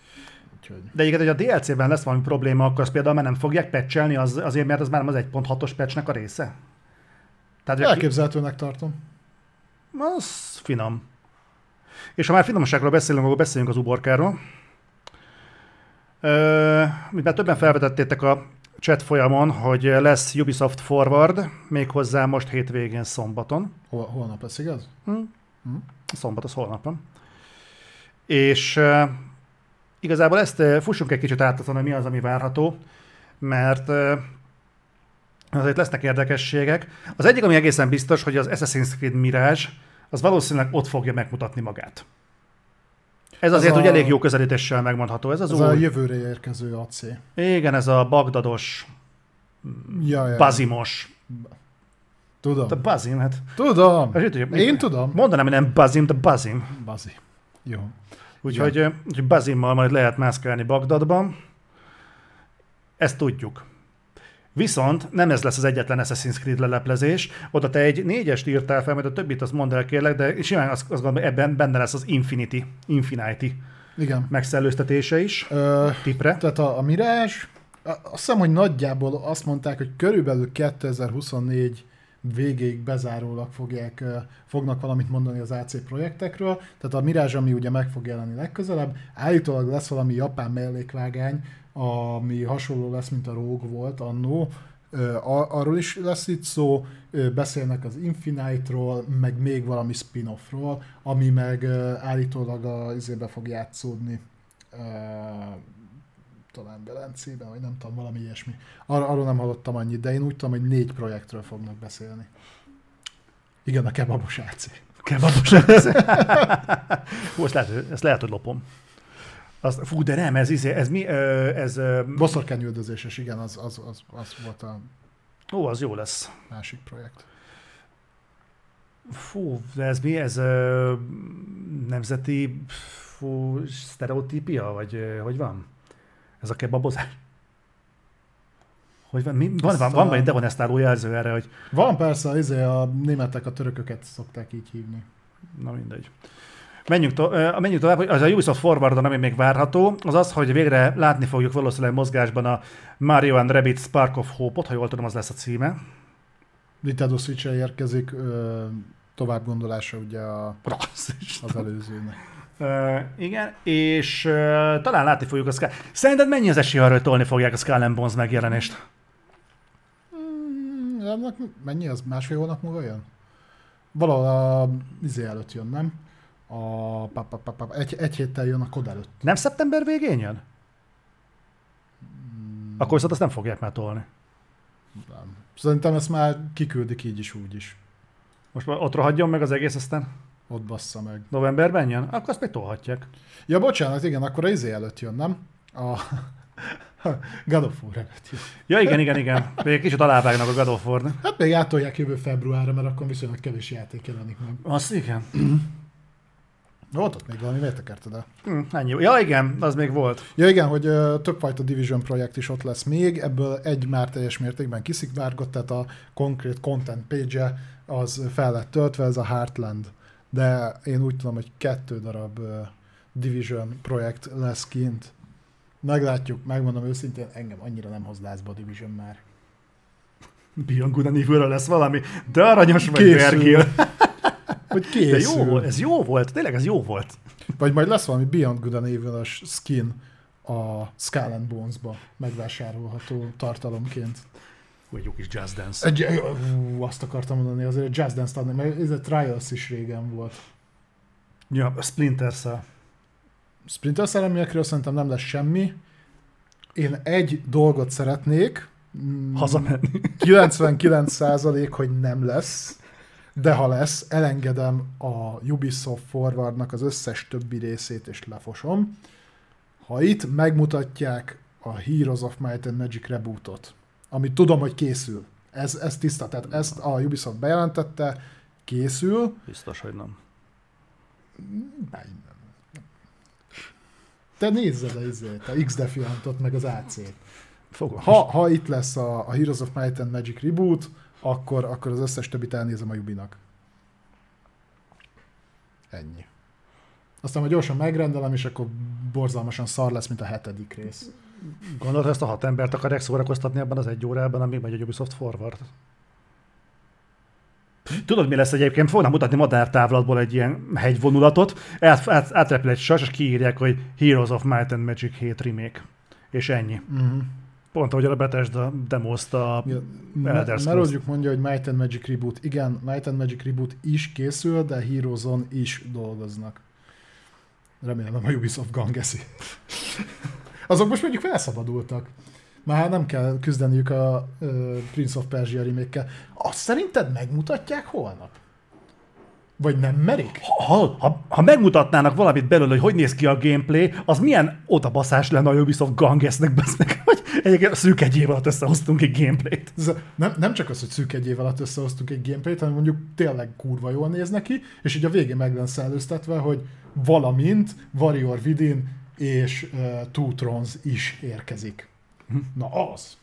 De egyébként, hogy a DLC-ben lesz valami probléma, akkor azt például már nem fogják patchelni azért, mert az már az 1.6-os patchnek a része? Tehát, elképzelhetőnek tartom. Az finom. És ha már finomságról beszélünk, akkor beszéljünk az uborkáról. Mivel többen felvetettétek a chat folyamon, hogy lesz Ubisoft Forward, méghozzá most hétvégén szombaton. Holnap lesz, igaz? Szombat az holnapon. És igazából ezt fussunk egy kicsit át, hogy mi az, ami várható, mert azért lesznek érdekességek. Az egyik, ami egészen biztos, hogy az Assassin's Creed Mirage az valószínűleg ott fogja megmutatni magát. Ez azért, hogy elég jó közelítéssel megmondható. Ez a jövőre érkező AC. Igen, ez a bagdados, bazimos. Tudom. De bazim, hát. Tudom. Én tudom. Mondanám, hogy nem bazim, de bazim. Bazim. Jó. Úgyhogy bazimmal majd lehet mászkálni Bagdadban. Ezt tudjuk. Viszont nem ez lesz az egyetlen Assassin's Creed leleplezés. Oda te egy 4-est írtál fel, majd a többit azt mondd el kérlek, de simán azt gondolom, hogy ebben benne lesz az Infinity igen. megszellőztetése is. Tipre. Tehát a Mirage, azt hiszem, hogy nagyjából azt mondták, hogy körülbelül 2024 végéig bezárólag fognak valamit mondani az AC projektekről. Tehát a Mirage, ami ugye meg fog jelenni legközelebb, állítólag lesz valami japán mellékvágány, ami hasonló lesz, mint a Rogue volt annó. Arról is lesz itt szó, beszélnek az Infinite-ról, meg még valami spin-offról, ami meg állítólag izébe fog játszódni, talán Belencében, vagy nem tudom, valami ilyesmi. Arról nem hallottam annyit, de én úgy tudom, hogy 4 projektről fognak beszélni. Igen, a kebabos AC. Kebabos AC. Ezt lehet, hogy lopom. Fú, de nem, ez mi? Boszorkányüldözéses, igen, az volt a... Ó, az jó lesz. Másik projekt. Fú, de ez mi? Ez nemzeti sztereotípia, vagy hogy van? Ez a kebabozás? Hogy van? Van vagy demonesztáló jelző erre, hogy... Van persze, a németek a törököket szokták így hívni. Na mindegy. Menjünk tovább, hogy az a Ubisoft Forwardon, ami még várható, az az, hogy végre látni fogjuk valószínűleg mozgásban a Mario and Rabbids Spark of Hope-ot, ha jól tudom, az lesz a címe. Nintendo Switch-re érkezik, tovább gondolása ugye az előzőnek. Igen, és talán látni fogjuk a Szerinted mennyi az esély arra, hogy tolni fogják a Skull and Bones megjelenést? annak mennyi az? Másfél hónap múlva jön? Valahol a előtt jön, nem? Egy héttel jön a kod előtt. Nem szeptember végén jön? Akkor viszont azt nem fogják már tolni. Nem. Szerintem ezt már kiküldik így is, úgy is. Most már ott rohadjon meg az egész, aztán Ott bassza meg. novemberben jön? Akkor azt még tolhatják. Ja, bocsánat, igen, akkor az előtt jön, nem? A God of War előtt jön. Ja, igen. Még kicsit alávágnak a God of War-n. Hát még átolják jövő februárra, mert akkor viszonylag kevés játék jelenik meg. Azt igen. Volt ott még valami, miért tekerted el? Ennyi. Ja, igen, az még volt. Ja igen, hogy többfajta Division projekt is ott lesz még, ebből egy már teljes mértékben kiszivárgott, tehát a konkrét content page-e az fel lett töltve, ez a Heartland. De én úgy tudom, hogy 2 darab Division projekt lesz kint. Meglátjuk, megmondom őszintén, engem annyira nem hoz lázba a Division már. Beyond Good and Evil-ről lesz valami, de aranyos vagy, Készül. Vergil. Hogy De készül. jó volt, ez jó volt, tényleg ez jó volt. Vagy majd lesz valami Beyond Good and Evil-ös skin a Skull and Bones-ba megvásárolható tartalomként. Vagy jó kis Just Dance. Azt akartam mondani, azért egy Just Dance-t adni, mert ez a Trials is régen volt. Ja, a Splinter-szel. Splinter Cell-emiekről szerintem nem lesz semmi. Én egy dolgot szeretnék. Hazamenni. 99%, hogy nem lesz. De ha lesz, elengedem a Ubisoft Forwardnak az összes többi részét és lefosom. Ha itt megmutatják a Heroes of Might and Magic rebootot, amit tudom, hogy készül. Ez tiszta, tehát ezt a Ubisoft bejelentette, készül. Biztos, hogy nem. Nem. Te nézzed a X-Defiantot, meg az AC-t. Ha itt lesz a Heroes of Might and Magic reboot, akkor az összes többit elnézem a Ubinak. Ennyi. Aztán majd gyorsan megrendelem, és akkor borzalmasan szar lesz, mint a 7. rész. Gondolod, hogy ezt a 6 embert akarják szórakoztatni abban az 1 órában, amíg megy a Ubisoft Forward? Tudod, mi lesz egyébként? Fognak mutatni madártávlatból egy ilyen hegyvonulatot, átrepül egy sas, és kiírják, hogy Heroes of Might and Magic 7 remake. És ennyi. Uh-huh. Pont ahogy a Bethesda demozta a Elder Scrolls. Merodjuk mondja, hogy Might and Magic Reboot. Igen, Might and Magic Reboot is készül, de Heroes-on is dolgoznak. Remélem a Ubisoft gangeszi. Azok most mondjuk felszabadultak. Már nem kell küzdeniük a Prince of Persia remake-kel. Azt szerinted megmutatják holnap? Vagy nem merik? Ha megmutatnának valamit belőle, hogy néz ki a gameplay, az milyen odabaszás lenne a Ubisoft gangesznek, besznek, hogy egyébként szűk 1 év alatt összehoztunk egy gameplayt. Nem csak az, hogy szűk 1 év alatt összehoztunk egy gameplayt, hanem mondjuk tényleg kurva jól néz neki, és így a végén meg van szellőztetve, hogy valamint Warrior Within és Two Thrones is érkezik. Na az.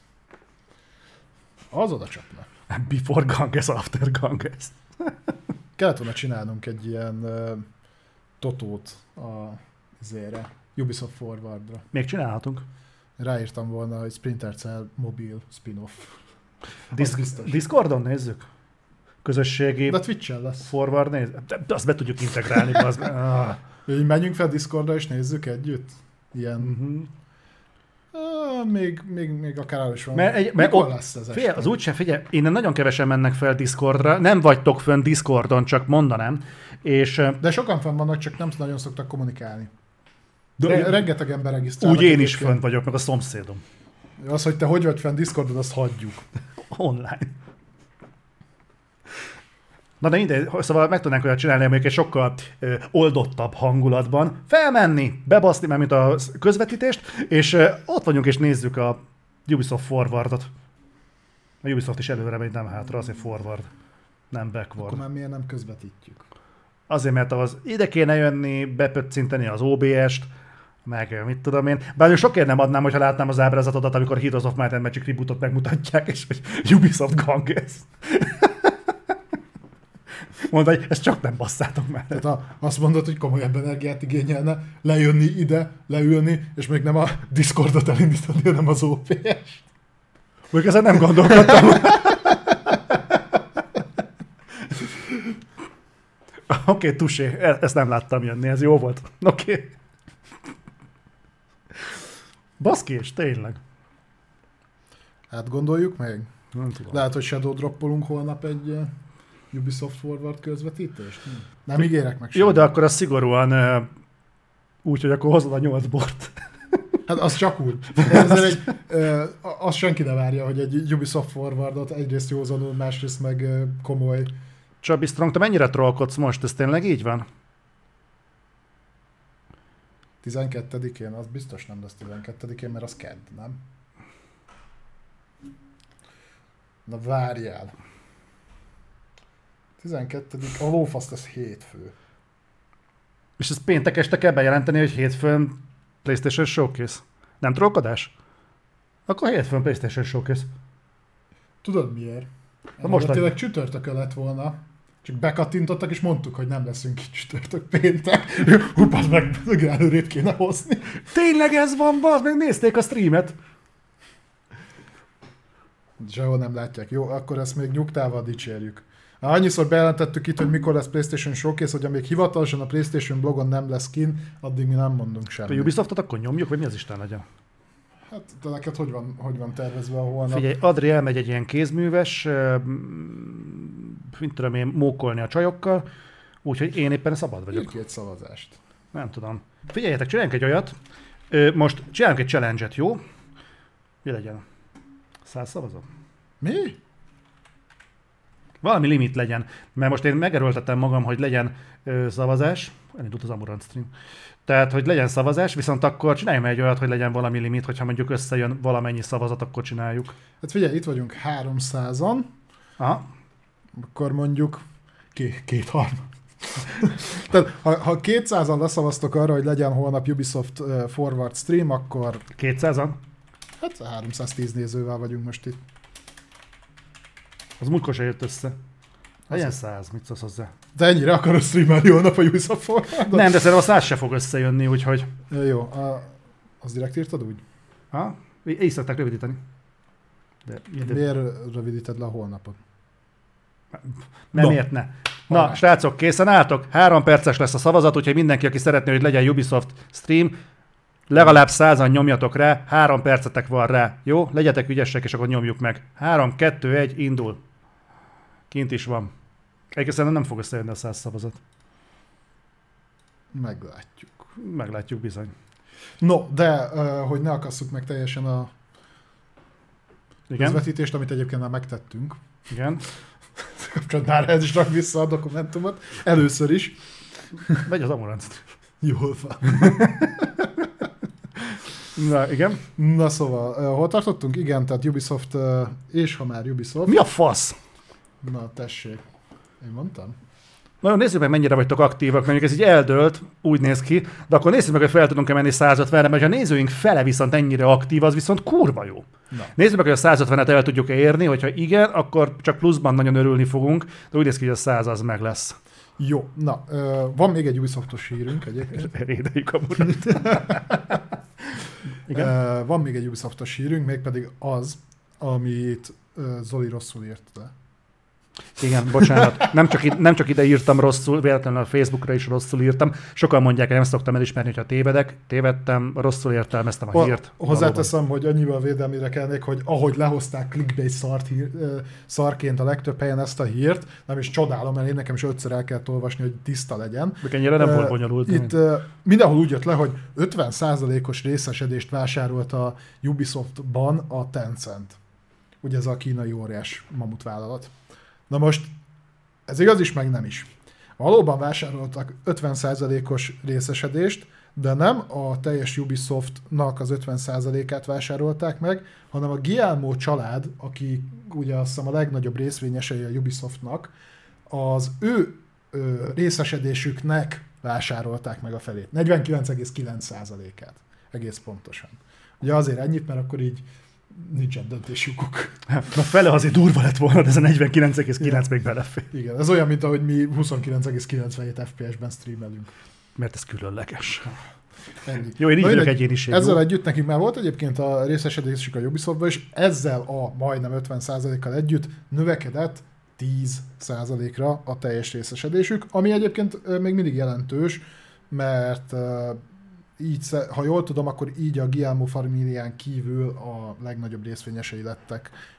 Az oda csapna. Before Ganges, after Ganges. Kellett volna csinálnunk egy ilyen totót a Ubisoft Forwardra. Még csinálhatunk. Ráírtam volna, hogy Splinter Cell mobil spin-off. Discordon nézzük? Közösségi De Twitch-en lesz. Forward néz. De azt be tudjuk integrálni. Így menjünk fel Discordra és nézzük együtt. Ilyen... Még akár arra is van. Mikor lesz ez este? Az úgyse, figyelj, innen nagyon kevesen mennek fel Discordra, nem vagytok fönn Discordon, csak mondanám. De sokan fenn vannak, csak nem nagyon szoktak kommunikálni. Rengeteg ember regisztrálnak. Úgy én is fönn vagyok, meg a szomszédom. Az, hogy te hogy vagy fenn Discordon, azt hagyjuk. Online. Na de mindegy, szóval meg tudnánk olyat csinálni, amelyik egy sokkal oldottabb hangulatban felmenni, bebaszni már, mint a közvetítést, és ott vagyunk és nézzük a Ubisoft Forwardot. A Ubisoft is előre megy, nem hátra, azért forward, nem backward. Akkor már miért nem közvetítjük? Azért, mert az ide kéne jönni, bepöccinteni az OBS-t, meg mit tudom én. Bár sokért nem adnám, hogyha látnám az ábrázatodat, amikor Heroes of Might and Magic rebootot megmutatják, és hogy Ubisoft Ganges. Mondta, hogy ezt csak nem basszátok már. Tehát azt mondod, hogy komolyabb energiát igényelne lejönni ide, leülni, és még nem a Discordot elindítani, hanem az OBS-t. Mondjuk ezen nem gondolkodtam. Oké, tusé, ezt nem láttam jönni, ez jó volt. Oké. Baszki, és tényleg. Hát gondoljuk meg. Nem tudom. Lehet, hogy shadow droppolunk holnap egy Ubisoft Forward közvetítést? Nem ígérek meg Jó, de akkor az szigorúan úgy, hogy akkor hozod a 8 bort. Hát az csak úgy. Ezzel azt senki ne várja, hogy egy Ubisoft Forwardot egyrészt józanul, másrészt meg komoly. Csabi Strong, te mennyire trollkodsz most? Ez tényleg így van? 12-én, az biztos nem lesz 12-én, mert az kedd, nem? Na várjál. 12. A lófaszt, ez hétfő. És ezt péntek este kell bejelenteni, hogy hétfőn PlayStation Showcase. Nem trollkodás? Akkor hétfőn PlayStation Showcase. Tudod miért? Most tényleg csütörtökön lett volna. Csak bekattintottak, és mondtuk, hogy nem leszünk itt csütörtök péntek. Húpazd meg, előrébb kéne hozni. Tényleg ez van, bazd meg, nézték a streamet. Sehol nem látják. Jó, akkor ezt még nyugtával dicsérjük. Annyiszor bejelentettük itt, hogy mikor lesz PlayStation Showcase, hogy amíg hivatalosan a PlayStation blogon nem lesz kin, addig mi nem mondunk semmit. A Ubisoftot akkor nyomjuk, vagy mi az Isten legyen? Hát de neked hogy van tervezve a holnap? Figyelj, Adri elmegy egy ilyen kézműves, mint tudom én, mókolni a csajokkal, úgyhogy én éppen szabad vagyok. Írj ki egy szavazást. Nem tudom. Figyeljetek, csináljunk egy olyat. Most csináljunk egy challenge-et, jó? Mi legyen? 100 szavazó? Mi? Valami limit legyen, mert most én megerőltettem magam, hogy legyen szavazás. Elindult az Amurant stream. Tehát, hogy legyen szavazás, viszont akkor csináljunk egy olyat, hogy legyen valami limit, hogyha mondjuk összejön valamennyi szavazat, akkor csináljuk. Hát figyelj, itt vagyunk 300-an, Aha. akkor mondjuk kétharmad. Tehát ha 200-an leszavaztok arra, hogy legyen holnap Ubisoft Forward stream, akkor 200-an? hát 310 nézővel vagyunk most itt. Az múltkor se jött össze. Legyen 100, mit szólsz hozzá? De ennyire akarod streamelni holnap a Ubisoft Forwardot? Nem, de szerintem a 100 se fog összejönni, úgyhogy... Jó, az direkt írtad úgy? Ha? Így szokták rövidíteni. De Miért rövidíted le a holnapot? nem miért ne? Na, srácok, készen álltok? 3 perces lesz a szavazat, úgyhogy mindenki, aki szeretné, hogy legyen Ubisoft stream, legalább 100-an nyomjatok rá, 3 percetek van rá. Jó? Legyetek ügyesek, és akkor nyomjuk meg. 3, 2, 1, indul. Kint is van. Egyébként szerintem nem fog összejönni a 100 szavazat. Meglátjuk. Meglátjuk bizony. No, de hogy ne akasszuk meg teljesen a közvetítést, amit egyébként már megtettünk. Igen. Kapcsolat már ez is rak vissza a dokumentumot. Először is. Megy az Amurant. Jól van. Na, igen. Na szóval, hol tartottunk? Igen, tehát Ubisoft, és ha már Ubisoft. Mi a fasz? Na, tessék. Én mondtam? Na, nézzük meg, mennyire vagytok aktívak, mondjuk ez így eldőlt, úgy néz ki, de akkor nézzük meg, hogy fel tudunk-e menni 150-re, mert ha a nézőink fele viszont ennyire aktív, az viszont kurva jó. Na. Nézzük meg, hogy a 150-et el tudjuk érni, hogyha igen, akkor csak pluszban nagyon örülni fogunk, de úgy néz ki, hogy a 100 az meg lesz. Jó, na, van még egy Ubisoftos hírünk egyébként. Rédeljük a murat. Igen? Van még egy Ubisoftos hírünk, mégpedig az, amit Zoli rosszul írt le. Igen, bocsánat. Nem csak ide írtam rosszul, véletlenül a Facebookra is rosszul írtam. Sokan mondják, hogy nem szoktam elismerni, hogyha tévedtem, rosszul értelmeztem a hírt. Hozzáteszem, hogy annyival védelmére kelnék, hogy ahogy lehozták clickbait szarként a legtöbb helyen ezt a hírt, nem is csodálom, mert én nekem is 5-szer el kellett olvasni, hogy tiszta legyen. De ennyire nem volt bonyolult. Itt mindenhol úgy jött le, hogy 50%-os részesedést vásárolt a Ubisoftban a Tencent. Ugye ez a kínai óriás mamutvállalat. Na most, ez igaz is, meg nem is. Valóban vásároltak 50%-os részesedést, de nem a teljes Ubisoftnak az 50%-át vásárolták meg, hanem a Guillemot család, aki ugye azt hiszem a legnagyobb részvényesei a Ubisoftnak, az ő részesedésüknek vásárolták meg a felét. 49,9%-át. Egész pontosan. Ugye azért ennyit, mert akkor így nincsen döntésjukuk. Na fele azért durva lett volna, de ez a 49,9 még belefér. Igen, ez olyan, mint ahogy mi 29,97 FPS-ben streamelünk. Mert ez különleges. Ennyi. Jó, én így vagyok egyéniség. Ezzel együtt nekünk már volt egyébként a részesedésük a Ubisoftban, és ezzel a majdnem 50%-kal együtt növekedett 10%-ra a teljes részesedésük, ami egyébként még mindig jelentős, mert így, ha jól tudom, akkor így a Guillemot familián kívül a legnagyobb részvényesei lettek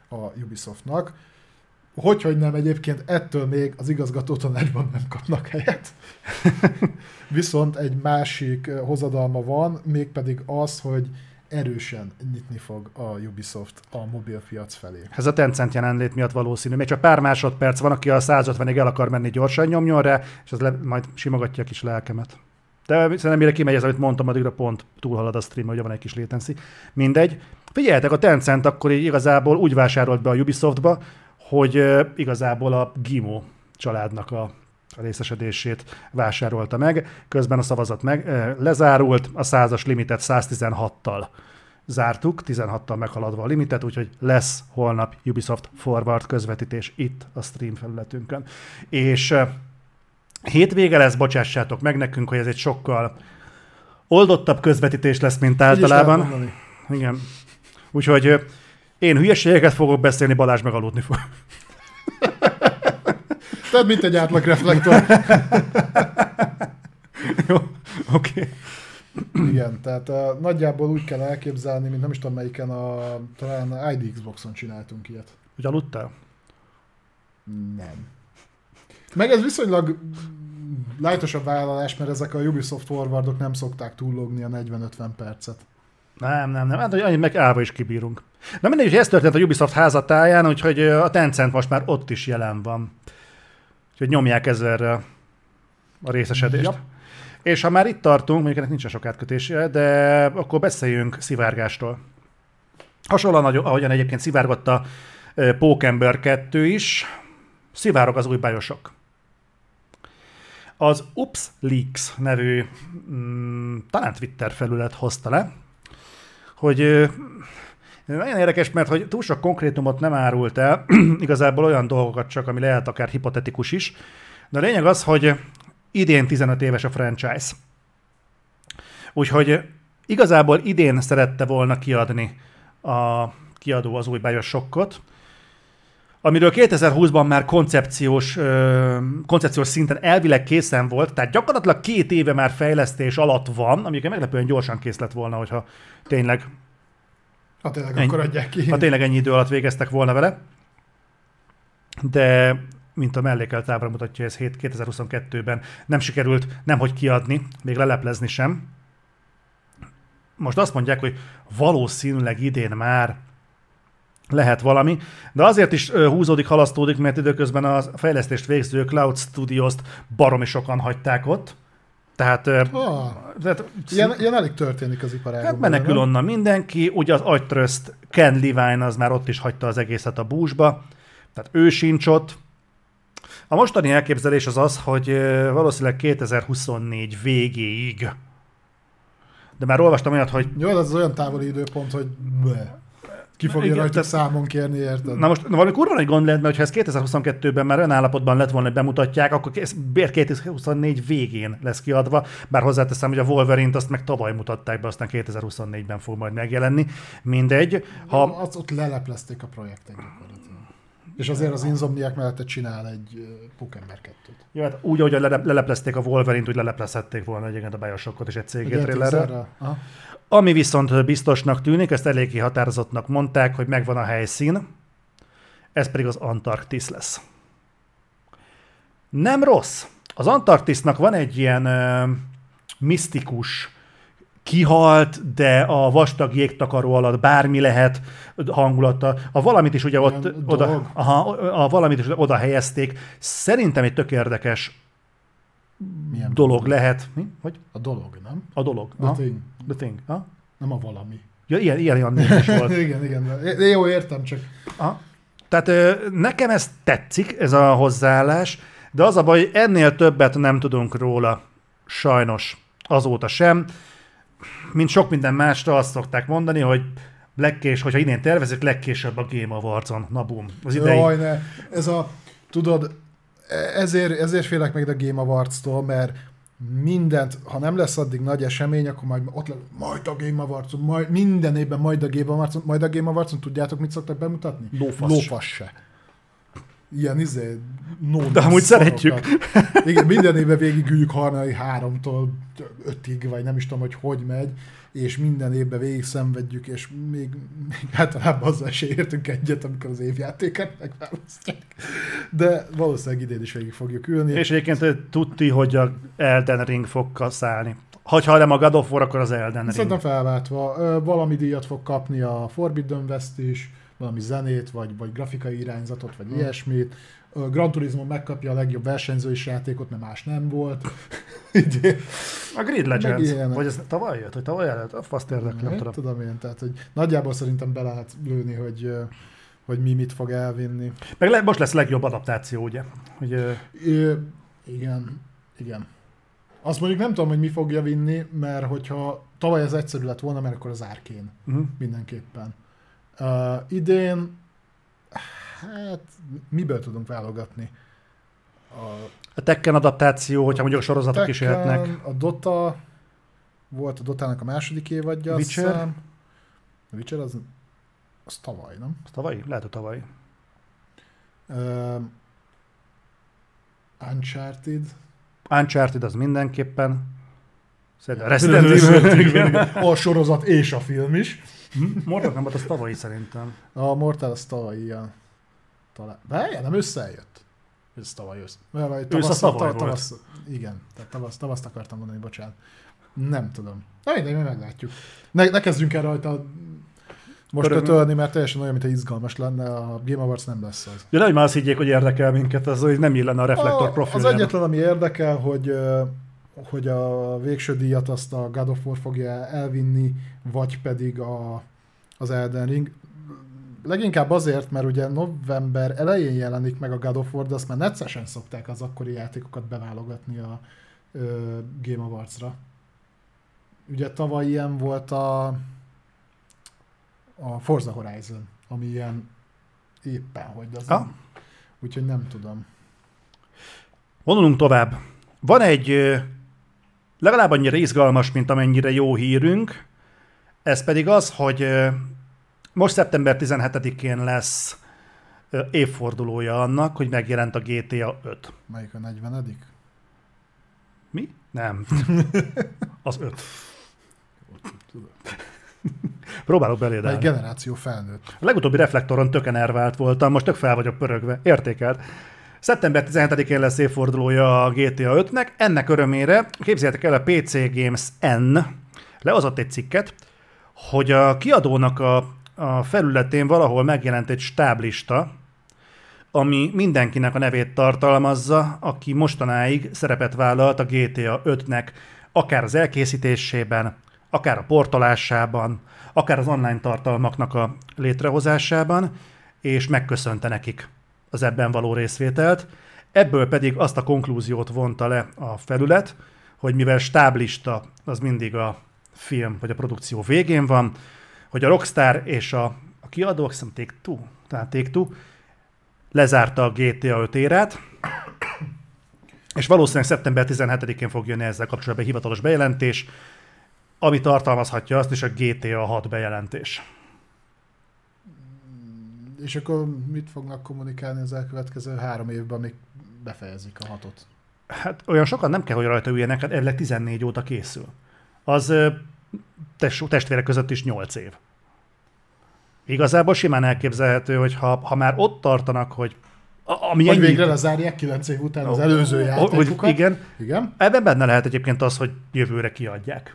a Ubisoftnak. Hogy nem, egyébként ettől még az igazgatótanácsban nem kapnak helyet. Viszont egy másik hozadalma van, mégpedig az, hogy erősen nyitni fog a Ubisoft a mobilpiac felé. Ez a Tencent jelenlét miatt valószínű. Még csak pár másodperc van, aki a 150-ig el akar menni, gyorsan nyomjon rá, és az majd simogatja a kis lelkemet. De szerintem mire kimegy ez, amit mondtam, addigra pont túlhalad a stream, hogy van egy kis latency. Mindegy. Figyeljetek, a Tencent akkor így igazából úgy vásárolt be a Ubisoftba, hogy igazából a Gimo családnak a részesedését vásárolta meg. Közben a szavazat lezárult, a 100-as limitet 116-tal zártuk, 16-tal meghaladva a limitet, úgyhogy lesz holnap Ubisoft Forward közvetítés itt a stream felületünkön. És hétvége lesz, bocsássátok meg nekünk, hogy ez egy sokkal oldottabb közvetítés lesz, mint általában. Igen. Úgyhogy én hülyeségeket fogok beszélni, Balázs meg aludni fog. Tehát mint egy átlag reflektor. Jó, oké. Igen, tehát nagyjából úgy kell elképzelni, mint nem is tudom melyiken, talán ID Xboxon csináltunk ilyet. Hogy aludtál? Nem. Meg ez viszonylag lightosabb vállalás, mert ezek a Ubisoft Forwardok nem szokták túllogni a 40-50 percet. Nem. Hát, hogy annyit meg állva is kibírunk. Na mindegy, hogy ez történt a Ubisoft házatáján, úgyhogy a Tencent most már ott is jelen van. Úgyhogy nyomják ezerre a részesedést. Ja. És ha már itt tartunk, mondjuk ennek nincsen sok átkötése, de akkor beszéljünk szivárgástól. Hasonlóan, ahogyan egyébként szivárgott a Pókember 2 is, szivárog az új BioShock. Az Ups Leaks nevű talán Twitter felület hozta le, hogy nagyon érdekes, mert hogy túl sok konkrétumot nem árult el, igazából olyan dolgokat csak, ami lehet akár hipotetikus is, de a lényeg az, hogy idén 15 éves a franchise. Úgyhogy igazából idén szerette volna kiadni a kiadó az új BioShockot, amiről 2020-ban már koncepciós szinten elvileg készen volt, tehát gyakorlatilag 2 éve már fejlesztés alatt van, amiket meglepően gyorsan kész lett volna, hogyha tényleg akkor adják ki. Ha tényleg ennyi idő alatt végeztek volna vele. De, mint a mellékelt ábra mutatja, ez 2022-ben nem sikerült nemhogy kiadni, még leleplezni sem. Most azt mondják, hogy valószínűleg idén már lehet valami, de azért is húzódik, halasztódik, mert időközben a fejlesztést végző Cloud Studios-t baromi sokan hagyták ott. Tehát ilyen elég történik az iparágban. Hát menekül onnan mindenki, ugye az agytröszt Ken Levine az már ott is hagyta az egészet a búzsba, tehát ő sincs ott. A mostani elképzelés az az, hogy valószínűleg 2024 végéig. De már olvastam olyat, hogy... Jó, ez az olyan távoli időpont, hogy ki fogja rajtuk számon kérni, érted? Na most valami kurva nagy gond lehet, mert ha ez 2022-ben már olyan állapotban lett volna, hogy bemutatják, akkor 2024 végén lesz kiadva, bár hozzáteszem, hogy a Wolverine-t azt meg tavaly mutatták be, aztán 2024-ben fog majd megjelenni. Mindegy. Ott leleplezték a projektet gyakorlatilag. És azért az Insomniac mellett csinál egy Pókember 2-t. Jó, hát úgy, ahogy leleplezték a Wolverine-t, úgy leleplezhették volna egyébként a BioShockot és egy CG trailerre. Ami viszont biztosnak tűnik, ezt eléggé határozottnak mondták, hogy megvan a helyszín, ez pedig az Antarktisz lesz. Nem rossz. Az Antarktisznak van egy ilyen misztikus, kihalt, de a vastag jégtakaró alatt bármi lehet hangulata. A valamit is ugye ott oda helyezték. Szerintem egy tök érdekes dolog lehet. Mi? Hogy? A dolog, nem? A dolog. The thing. Ha? Nem a valami. Ja, ilyen is volt. igen. Jó, értem csak. Aha. Tehát nekem ez tetszik, ez a hozzáállás, de az a baj, hogy ennél többet nem tudunk róla, sajnos azóta sem. Mint sok minden másra azt szokták mondani, hogy hogyha idén tervezik, legkésőbb a Game Awards-on. Na bum. Az idei... Jaj, ne. Tudod, ezért félek meg a Game Awards-tól, mert mindent, ha nem lesz addig nagy esemény, akkor majd a Game Awards-on, minden évben majd a Game Awards-on, tudjátok, mit szoktak bemutatni? Lófasz se. Ilyen De amúgy szeretjük. Igen, minden évben végigüljük Harnai 3-tól 5-ig, vagy nem is tudom, hogy megy, és minden évben végig szenvedjük, és még általában azzal se értünk egyet, amikor az évjátékát megválasztják. De valószínűleg idén is végig fogjuk ülni. És egyébként tudti, hogy a Elden Ring fog kaszálni. Ha nem a God of War, akkor az Elden Ring. Szerintem felváltva. Valami díjat fog kapni a Forbidden West is, valami zenét, vagy grafikai irányzatot, vagy ilyesmit. Gran Turismo megkapja a legjobb versenyzői játékot, mert más nem volt. A Grid Legends. Vagy ez tavaly jött? Vagy tavaly előtt? Azt érdekli, nem tudom én. Tehát, hogy nagyjából szerintem be lehet lőni, hogy mi mit fog elvinni. Meg most lesz legjobb adaptáció, ugye? Hogy, igen. Azt mondjuk nem tudom, hogy mi fogja vinni, mert hogyha tavaly ez egyszerű lett volna, mert akkor az Arkane. Mindenképpen. Idén hát miből tudunk válogatni? A Tekken adaptáció, hogyha mondjuk a sorozatok is jöhetnek. A Dota, volt a Dotának a második évadja. Witcher? A Witcher az tavaly, nem? Az tavaly? Lehet, hogy tavaly. Uncharted az mindenképpen. Resident Evil. A sorozat és a film is. Mortal Kombat az tavalyi szerintem. A Mortal az tavalyi, ja. Talán. Nem összejött. Ez tavaly ősz. Tavasz. Igen, tehát tavaszt akartam mondani, bocsánat. Nem tudom. De meglátjuk. Ne kezdjünk el rajta most ötölni, mert teljesen olyan, mintha izgalmas lenne, a Game Awards nem lesz az. Ja, nem, már azt higgyék, hogy érdekel minket, az, hogy nem illene a Reflektor profiljába. Az egyetlen, ami érdekel, hogy a végső díjat azt a God of War fogja elvinni, vagy pedig az Elden Ring. Leginkább azért, mert ugye november elején jelenik meg a God of War, de azt már neccesen szokták az akkori játékokat beválogatni a Game Awards-ra. Ugye tavaly ilyen volt a Forza Horizon, ami ilyen éppen, hogy az úgyhogy nem tudom. Vonulunk tovább. Van egy legalább annyira izgalmas, mint amennyire jó hírünk, ez pedig az, hogy most szeptember 17-én lesz évfordulója annak, hogy megjelent a GTA 5. Melyik a 40? Mi? Nem. Az 5. Próbálok belédelni. Egy generáció felnőtt. A legutóbbi Reflektoron tök enervált voltam, most tök fel vagyok pörögve. Értékelt. Szeptember 17-én lesz évfordulója a GTA 5-nek. Ennek örömére képzeljétek el, a PC Games N lehozott egy cikket, hogy a kiadónak a felületén valahol megjelent egy stáblista, ami mindenkinek a nevét tartalmazza, aki mostanáig szerepet vállalt a GTA 5-nek, akár az elkészítésében, akár a portolásában, akár az online tartalmaknak a létrehozásában, és megköszönte nekik az ebben való részvételt. Ebből pedig azt a konklúziót vonta le a felület, hogy mivel stáblista az mindig a film vagy a produkció végén van, hogy a Rockstar és a kiadók, Take-Two lezárta a GTA 5 érát, és valószínűleg szeptember 17-én fog jönni ezzel kapcsolatban hivatalos bejelentés, ami tartalmazhatja azt is a GTA 6 bejelentés. És akkor mit fognak kommunikálni az elkövetkező 3 évben, amíg befejezik a 6-ot? Hát olyan sokan nem kell, hogy rajta üljenek, hát elvileg 14 óta készül. Az testvérek között is 8 év. Igazából simán elképzelhető, hogy ha már ott tartanak, hogy hogy végre lezárják 9 év után az előző játékokat. Igen. Ebben benne lehet egyébként az, hogy jövőre kiadják.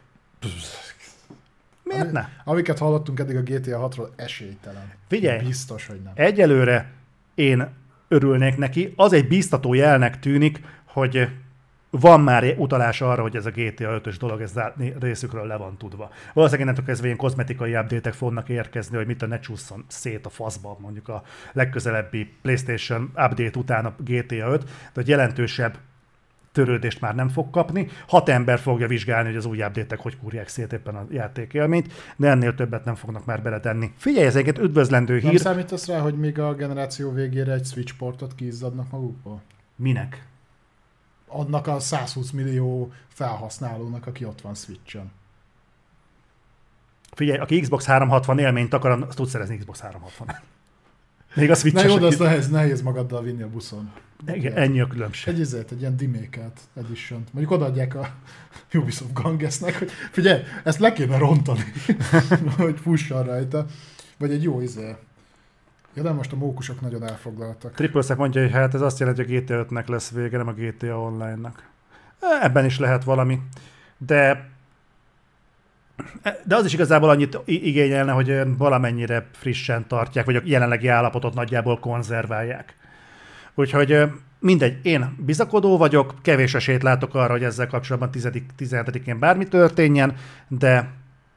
Miért ne? Amiket hallottunk eddig a GTA 6-ról, esélytelen. Figyelj, biztos, hogy nem. Egyelőre én örülnék neki. Az egy bíztató jelnek tűnik, hogy van már utalás arra, hogy ez a GTA 5-ös dolog ez részükről le van tudva. Valószínűleg innentől kezdve ilyen kozmetikai update-ek fognak érkezni, hogy ne csúszson szét a faszba, mondjuk a legközelebbi PlayStation update után a GTA 5, de hogy jelentősebb törődést már nem fog kapni. 6 ember fogja vizsgálni, hogy az új update-ek hogy kúrják szét éppen a játékélményt, de ennél többet nem fognak már beletenni. Figyelj, ez egy üdvözlendő hír. Nem számítasz rá, hogy még a generáció végére egy Switch portot kiizzadnak magukból? Minek? Adnak a 120 millió felhasználónak, aki ott van Switch-en. Figyelj, aki Xbox 360 élményt akar, azt tud szerezni Xbox 360. Még a Switch-es. Na jó, de azt nehéz magaddal vinni a buszon. Igen, ennyi a különbség. Egy ilyen demékelt edition-t. Mondjuk odaadják a Ubisoft Gangesnek, hogy figyelj, ezt le kéne rontani, hogy fusson rajta. Vagy egy jó Ja, de most a mókusok nagyon elfoglaltak. Tripleszek mondja, hogy hát ez azt jelenti, hogy a GTA 5-nek lesz vége, nem a GTA Online-nak. Ebben is lehet valami. De az is igazából annyit igényelne, hogy valamennyire frissen tartják, vagy a jelenlegi állapotot nagyjából konzerválják. Úgyhogy mindegy, én bizakodó vagyok, kevés esélyt látok arra, hogy ezzel kapcsolatban 17-én bármi történjen, de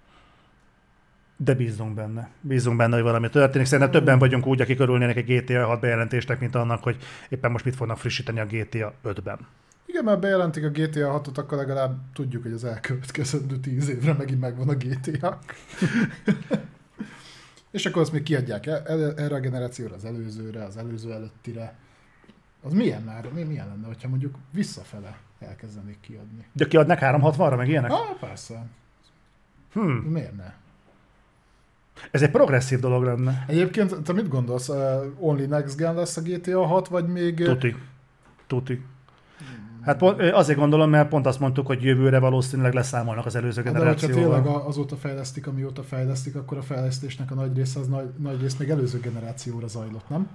bízunk benne. Bízunk benne, hogy valami történik. Szerintem többen vagyunk úgy, akik örülnének egy GTA 6 bejelentésnek, mint annak, hogy éppen most mit fognak frissíteni a GTA 5-ben. Igen, mert bejelentik a GTA 6-ot, akkor legalább tudjuk, hogy az elkövetkezendő 10 évre megint megvan a GTA. És akkor azt még kiadják erre a generációra, az előzőre, az előző előttire. Az milyen már? Milyen lenne, hogyha mondjuk visszafele elkezdenék kiadni? De kiadnak 360-ra, meg ilyenek? Persze. Miért ne? Ez egy progresszív dolog lenne. Egyébként, te mit gondolsz? Only Next Gen lesz a GTA 6, vagy még... Tuti. Hát azért gondolom, mert pont azt mondtuk, hogy jövőre valószínűleg leszámolnak az előző generációval. De hogyha tényleg azóta fejlesztik, amióta fejlesztik, akkor a fejlesztésnek a nagy része az nagy rész még előző generációra zajlott, nem?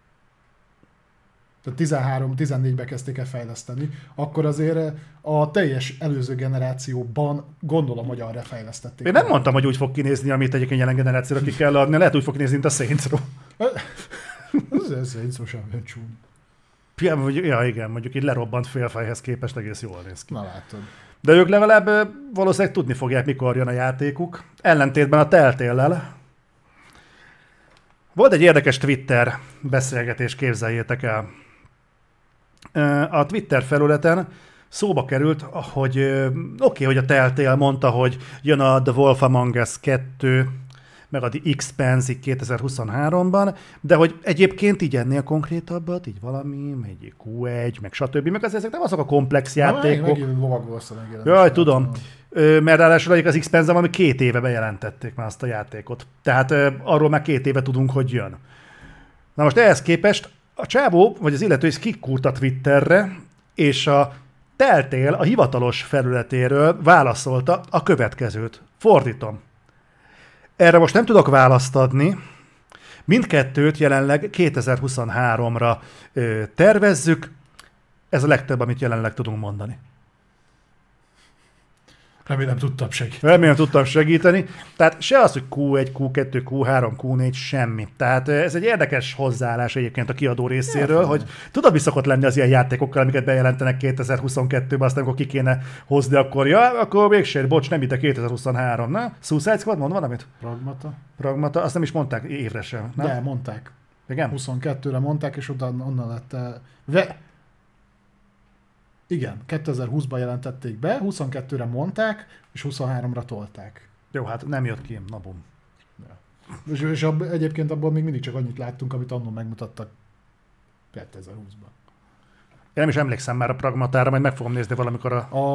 Tehát 13-14-be kezdték el fejleszteni, akkor azért a teljes előző generációban gondolom, hogy arra fejlesztették. Én nem mondtam, hogy úgy fog kinézni, amit egyébként jelen generációra ki kell adni, lehet úgy fog kinézni, mint a Saints Row. Ez Saints Row sem csúny. Ja, igen, mondjuk így lerobbant félfejhez képest egész jól néz ki. Na látod. De ők legalább valószínűleg tudni fogják, mikor jön a játékuk. Ellentétben a Telltale-lel. Volt egy érdekes Twitter beszélgetés, képzeljétek el. A Twitter felületen szóba került, hogy hogy a Telltale mondta, hogy jön a The Wolf Among Us 2, meg a The Expanse 2023-ban, de hogy egyébként így ennél konkrétabbat, így valami, egy Q1, meg stb. Meg ezek nem azok a komplex játékok. Megint lovagolsz a megjelenés. Jaj, tudom. Mert ráadásul az Expanse-en valami 2 éve bejelentették már azt a játékot. Tehát arról már 2 éve tudunk, hogy jön. Na most ehhez képest a csávó, vagy az illető is kikúrt a Twitterre, és a Telltale a hivatalos felületéről válaszolta a következőt. Fordítom. Erre most nem tudok választ adni. Mindkettőt jelenleg 2023-ra tervezzük. Ez a legtöbb, amit jelenleg tudunk mondani. Remélem tudtam segíteni. Tehát se az, hogy Q1, Q2, Q3, Q4, semmi. Tehát ez egy érdekes hozzáállás egyébként a kiadó részéről, hogy tudod, mi szokott lenni az ilyen játékokkal, amiket bejelentenek 2022-ben, aztán amikor ki kéne hozni, akkor mégsem, bocs, nem itt a 2023, na? Suicide Squad, mond valamit? Pragmata, azt nem is mondták évre sem, nem? De, mondták. Igen? 22-re mondták, és onnan lett... Igen, 2020-ban jelentették be, 22-re mondták, és 23-ra tolták. Jó, hát nem jött ki, na bum. Ja. És egyébként abból még mindig csak annyit láttunk, amit annól megmutattak 2020-ban. Én nem is emlékszem már a Pragmatára, majd meg fogom nézni valamikor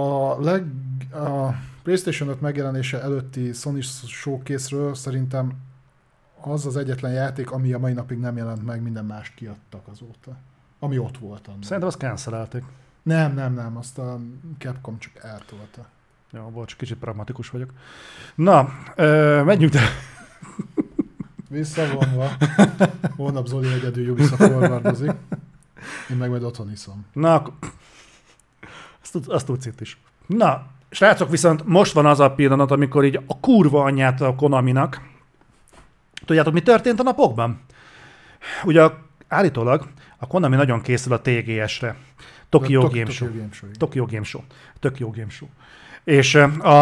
a PlayStation 5 megjelenése előtti Sony showcase-ről szerintem az az egyetlen játék, ami a mai napig nem jelent meg, minden mást kiadtak azóta. Ami ott volt annak. Szerintem azt cancelálték. Nem, azt a Capcom csak eltolta. Jó, bocs, kicsit pragmatikus vagyok. Na, menjünk de... Visszavonva. Holnap Zoli egyedül Ubisoft forwardozik. Én meg majd otthon iszom. Na, azt tudsz itt is. Na, srácok, viszont most van az a pillanat, amikor így a kurva anyját a Konaminak. Tudjátok, mi történt a napokban? Ugye állítólag a Konami nagyon készül a TGS-re. Tokyo Game Show. És,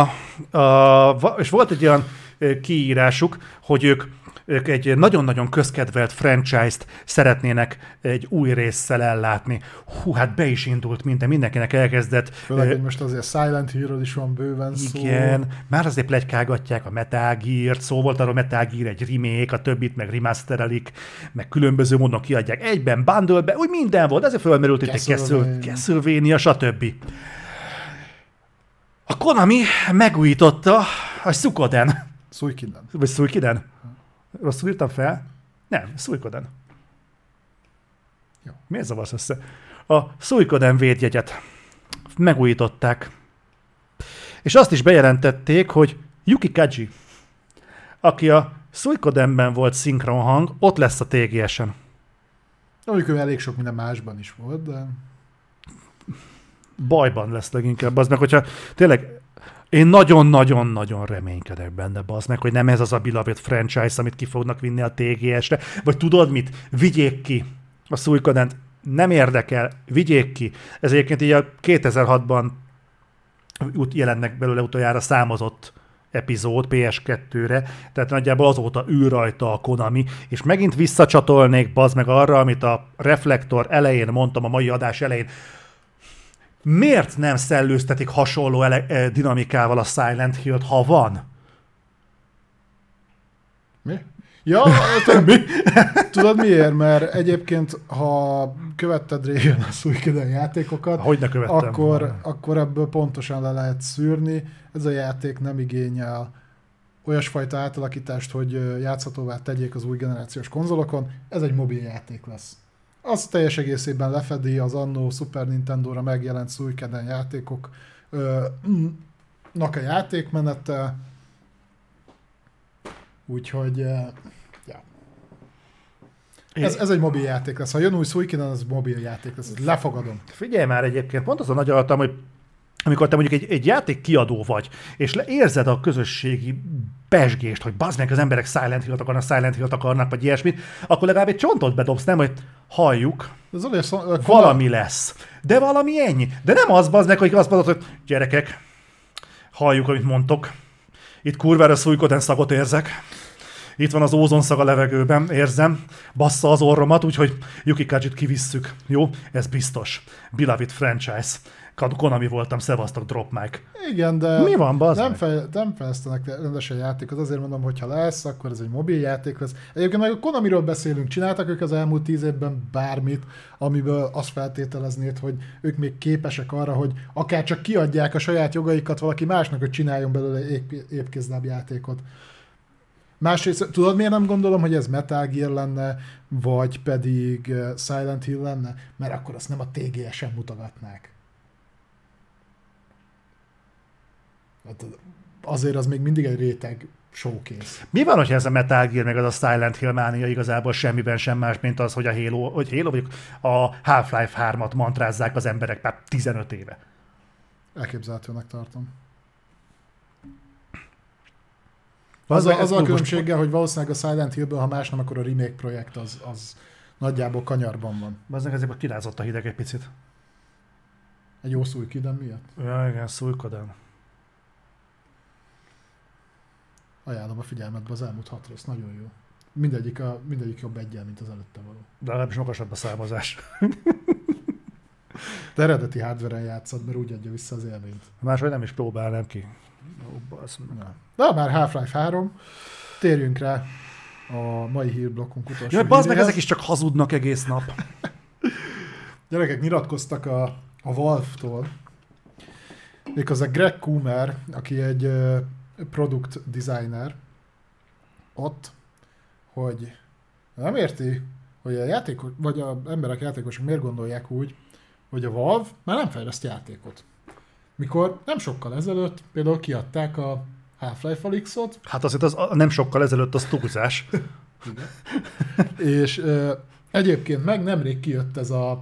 és volt egy olyan kiírásuk, hogy ők egy nagyon-nagyon közkedvelt franchise-t szeretnének egy új résszel ellátni. Hú, hát be is indult minden, mindenkinek elkezdett. Főleg, hogy most azért Silent Hero is van bőven szó. Igen, már azért pletykálgatják a Metal Gear-t, szó volt arról, Metal Gear egy remake, a többit meg remasterelik, meg különböző módon kiadják egyben, bundle-be, úgy minden volt, ezért fölmerült itt egy Castlevania, stb. A Konami megújította a Suikoden. Vagy Suikoden? Rosszul írtam fel? Nem, Suikoden. Miért zavarsz össze? A Suikoden védjegyet megújították. És azt is bejelentették, hogy Yuki Kaji, aki a Suikodenben volt szinkronhang, ott lesz a TGS-en. Mondjuk ő elég sok minden másban is volt, de... Bajban lesz leginkább, az meg, hogyha tényleg én nagyon-nagyon-nagyon reménykedek benne, bazd meg, hogy nem ez az a Beloved franchise, amit ki fognak vinni a TGS-re, vagy tudod mit? Vigyék ki a Suikodent, nem érdekel, vigyék ki. Ez egyébként így a 2006-ban jelennek belőle utoljára számozott epizód PS2-re, tehát nagyjából azóta ül rajta a Konami, és megint visszacsatolnék, bazd meg arra, amit a Reflektor elején mondtam, a mai adás elején. Miért nem szellőztetik hasonló dinamikával a Silent Hill-t, ha van? Mi? Ja, tudod miért? Mert egyébként, ha követted régen a Suikoden játékokat, hogy ne követtem, akkor ebből pontosan le lehet szűrni. Ez a játék nem igényel olyasfajta átalakítást, hogy játszhatóvá tegyék az új generációs konzolokon. Ez egy mobil játék lesz. Az teljes egészében lefedi az annó Super Nintendo-ra megjelent Suikoden játékoknak a játékmenete. Úgyhogy ja. Ez egy mobil játék lesz. Ha jön új Suikoden, az mobil játék lesz. Lefogadom. Figyelj már egyébként, pont azon nagy alattam, hogy amikor te mondjuk egy játék kiadó vagy, és érzed a közösségi pezsgést, hogy bazd meg, az emberek Silent Hill-t akarnak, vagy ilyesmit, akkor legalább egy csontot bedobsz, nem, hogy halljuk, valami lesz. De valami ennyi. De nem az, bazd meg, hogy azt mondod, hogy gyerekek, halljuk, amit mondtok. Itt kurvára Suikoden szagot érzek. Itt van az ózonszag a levegőben, érzem. Bassza az orromat, úgyhogy Yuki Kajit kivisszük. Jó? Ez biztos. Beloved franchise. Konami voltam, szevasztok, drop mic. Igen, de mi van, bazd nem fejlesztenek rendesen játékot. Azért mondom, hogy ha lesz, akkor ez egy mobil játék lesz. Egyébként meg a Konamiról beszélünk. Csináltak ők az elmúlt 10 évben bármit, amiből azt feltételeznéd, hogy ők még képesek arra, hogy akár csak kiadják a saját jogaikat valaki másnak, hogy csináljon belőle épkézláb játékot. Másrészt, tudod, miért nem gondolom, hogy ez Metal Gear lenne, vagy pedig Silent Hill lenne? Mert akkor azt nem a TGS-en mutogatnák. Azért az még mindig egy réteg showcase. Mi van, hogyha ez a Metal Gear meg az a Silent Hill mánia igazából semmiben sem más, mint az, hogy a Halo vagy a Half-Life 3-at mantrázzák az emberek már 15 éve. Elképzelhetőnek tartom. Az a különbséggel, hogy valószínűleg a Silent Hillből, ha más nem, akkor a remake projekt az nagyjából kanyarban van. Bazdmeg ezért kirázott a hideg egy picit. Egy jó Suikoden miatt? Ja, igen, Suikoden. Ajánlom a figyelmetbe az elmúlt 6 rész, nagyon jó. Mindegyik jobb eggyel, mint az előtte való. De legalábbis magasabb a számozás. De eredeti hardware-en játszod, mert úgy adja vissza az élményt. Máshogy nem is próbálnám ki. Na, már Half-Life 3. Térjünk rá a mai hírblokkunk utolsó híréhez. Bazd meg, ezek is csak hazudnak egész nap. Gyerekek nyilatkoztak a Valve-tól. Méghozzá Greg Coomer, aki egy product designer, ott, hogy nem érti, hogy a játékos, vagy az emberek játékosok miért gondolják úgy, hogy a Valve már nem fejleszt játékot. Mikor nem sokkal ezelőtt például kiadták a Half-Life Alyx-ot. Hát azért az nem sokkal ezelőtt az túlzás. És egyébként meg nemrég kijött ez a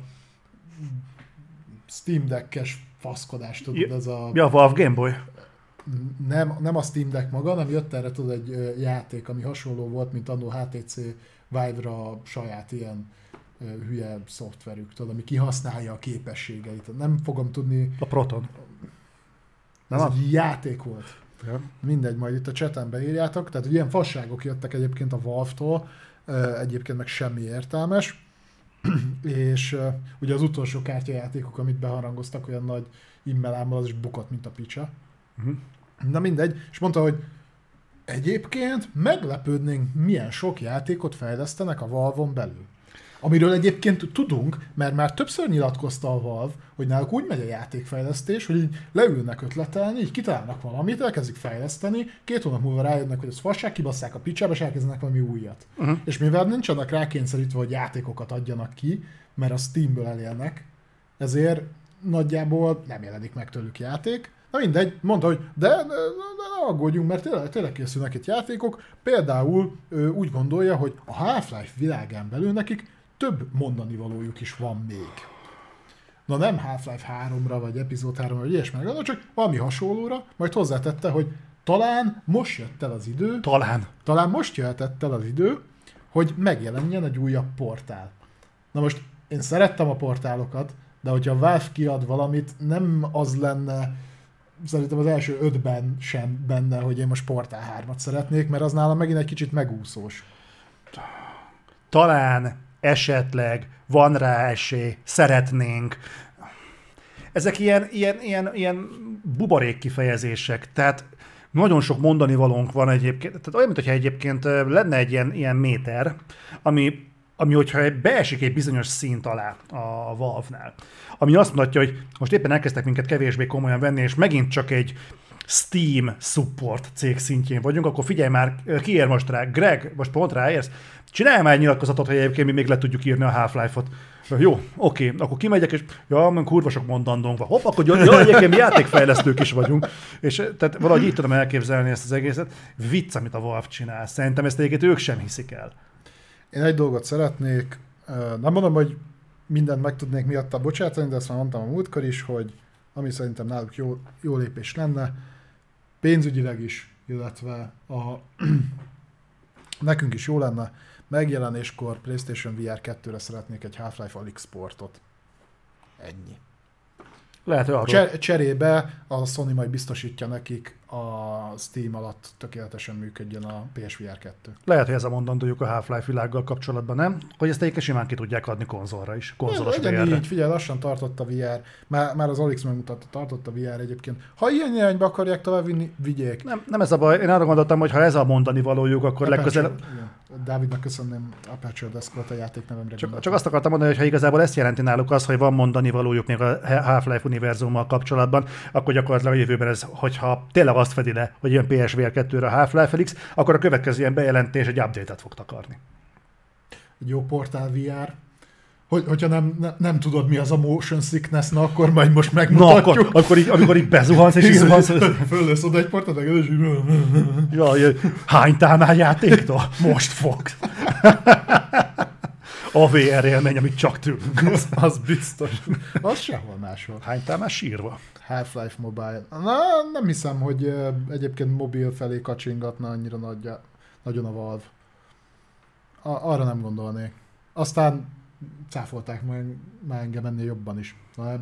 Steam Deck-es faszkodás, tudod, ez a... Ja, Valve Game Boy. Nem a Steam Deck maga, hanem jött erre tudod egy játék, ami hasonló volt, mint annó HTC Vive-ra saját ilyen hülye szoftverük, tudod, ami kihasználja a képességeit. Nem fogom tudni... A Proton. Ez egy játék volt. Ja. Mindegy, majd itt a chaten beírjátok. Tehát ilyen fasságok jöttek egyébként a Valve-tól, egyébként meg semmi értelmes. És ugye az utolsó kártyajátékok, amit beharangoztak, olyan nagy immelámmal, az is bukott, mint a picsa. Na mindegy, és mondta, hogy egyébként meglepődnénk, milyen sok játékot fejlesztenek a Valve-on belül. Amiről egyébként tudunk, mert már többször nyilatkozta a Valve, hogy náluk úgy megy a játékfejlesztés, hogy így leülnek ötletelni, így kitalálnak valamit, elkezdik fejleszteni, 2 hónap múlva rájönnek, hogy ez fasság, kibasszák a picsába, és elkezdenek valami újat. És mivel nincsenek rákényszerítve, hogy játékokat adjanak ki, mert a Steamből elélnek, ezért nagyjából nem jelenik meg tőlük játék. Na mindegy, mondta, hogy de ne aggódjunk, mert tényleg készülnek itt játékok. Például ő úgy gondolja, hogy a Half-Life világán belül nekik több mondani valójuk is van még. Na nem Half-Life 3-ra, vagy Epizód 3-ra, vagy ilyesmi, csak valami hasonlóra, majd hozzátette, hogy talán most jött el az idő, talán most jöhetett el az idő, hogy megjelenjen egy újabb portál. Na most én szerettem a portálokat, de hogyha a Valve kiad valamit, nem az lenne, szerintem az első 5-ben sem benne, hogy én most Portál 3-at szeretnék, mert az nálam megint egy kicsit megúszós. Talán, esetleg, van rá esély, szeretnénk. Ezek ilyen buborék kifejezések, tehát nagyon sok mondani valónk van egyébként, tehát olyan, mintha egyébként lenne egy ilyen méter, ami hogyha beesik egy bizonyos szint alá a Valve-nál, ami azt mutatja, hogy most éppen elkezdtek minket kevésbé komolyan venni, és megint csak egy Steam support cég szintjén vagyunk, akkor figyelj már, kiér most rá, Greg, most pont ráérsz, csinálj már egy nyilatkozatot, hogy egyébként mi még le tudjuk írni a Half-Life-ot. Jó, oké, akkor kimegyek, és kurva sok mondandónk van. Hopp, akkor egyébként mi játékfejlesztők is vagyunk. És tehát valahogy így tudom elképzelni ezt az egészet. Vicc, amit a Valve csinál. Szerintem ezt egyébként ők sem hiszik el. Én egy dolgot szeretnék, nem mondom, hogy mindent meg tudnék miatta bocsátani, de ezt már mondtam a múltkor is, hogy ami szerintem náluk jó lépés lenne, pénzügyileg is, illetve nekünk is jó lenne, megjelenéskor PlayStation VR 2-re szeretnék egy Half-Life Alyx portot. Ennyi. Lehet, hogy cserébe a Sony majd biztosítja nekik a Steam alatt tökéletesen működjön a PSVR 2. Lehet, hogy ez a mondandójuk a Half-Life világgal kapcsolatban, nem? Hogy ezt egyébként simán ki tudják adni konzolra is. Konzolos VR-re. Így, figyelj, lassan tartott a VR. Már az Alyx megmutatta, tartott a VR egyébként. Ha ilyen irányba akarják tovább vinni, vigyék. Nem ez a baj. Én arra gondoltam, hogy ha ez a mondani valójuk, akkor legközelebb... Dávidnak köszönöm Aperture Desk a játéknevemre. Csak azt akartam mondani, hogy ha igazából ezt jelenti náluk az, hogy van mondani valójuk még a Half-Life univerzummal kapcsolatban, akkor gyakorlatilag a jövőben ez, hogyha tényleg azt fedi le, hogy jön PSVR 2-re a Half-Life Alyx, akkor a következő ilyen bejelentés egy update-et fog takarni. Egy jó portál VR. Hogyha nem tudod, mi az a motion sickness, na akkor majd most megmutatjuk. Na, amikor így bezuhansz, és így zuhansz. Föllősz oda egy portát, és így... Hánytál már játéktól? Most fogsz. A VR élmény, amit csak tőlünk. Az biztos. Az sehol máshol. Hánytál már sírva? Half-Life Mobile. Na, nem hiszem, hogy egyébként mobil felé kacsingatna annyira nagyon a Valve. Arra nem gondolnék. Aztán cáfolták már engem ennél jobban is.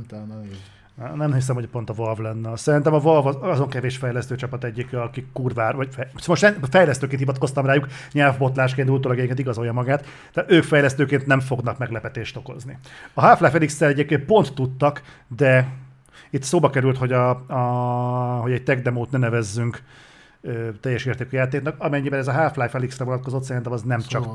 Nem hiszem, hogy pont a Valve lenne. Szerintem a Valve azon kevés fejlesztő csapat egyik, akik kurvár, vagy most fejlesztőként hivatkoztam rájuk, nyelvbotlásként utólag egyébként igazolja magát, de ők fejlesztőként nem fognak meglepetést okozni. A Half-Life Alyx-tel egyébként pont tudtak, de itt szóba került, hogy egy tech demót ne nevezzünk teljes értékű játéknak, amennyiben ez a Half-Life Alyx-re vonatkozott, szerintem az nem csak...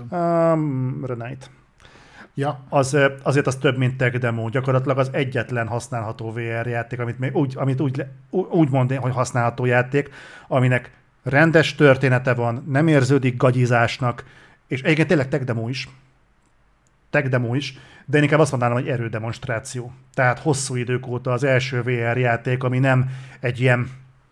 Renate. Ja. Azért az több, mint tech demo. Gyakorlatilag az egyetlen használható VR játék, amit úgy mondani, hogy használható játék, aminek rendes története van, nem érződik gagyizásnak, és egyébként tényleg tech demo is, de én inkább azt mondanám, hogy erődemonstráció. Tehát hosszú idők óta az első VR játék, ami nem egy ilyen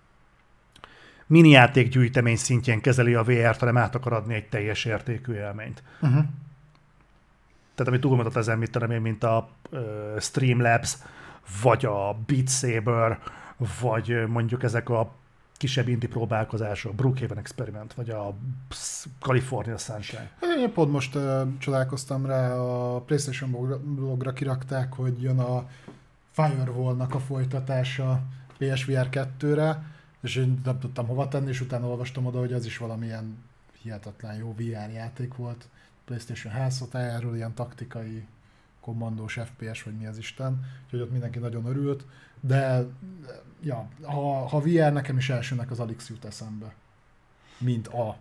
mini játékgyűjtemény szintjén kezeli a VR-t, hanem át akar adni egy teljes értékű élményt. Uh-huh. Tehát amit túlmutat ezen, mit tudom én, mint a Streamlabs, vagy a Beat Saber, vagy mondjuk ezek a kisebb indie próbálkozások, Brookhaven Experiment, vagy a California Sunshine. Én pont most csodálkoztam rá, a PlayStation blogra kirakták, hogy jön a Firewall-nak a folytatása PSVR 2-re, és én nem tudtam hova tenni, és utána olvastam oda, hogy az is valamilyen hihetetlen jó VR játék volt. PlayStation házhatájáról, ilyen taktikai, kommandós FPS, vagy mi az Isten, úgyhogy ott mindenki nagyon örült, de ja, ha VR, nekem is elsőnek az Alyx jut eszembe, mint a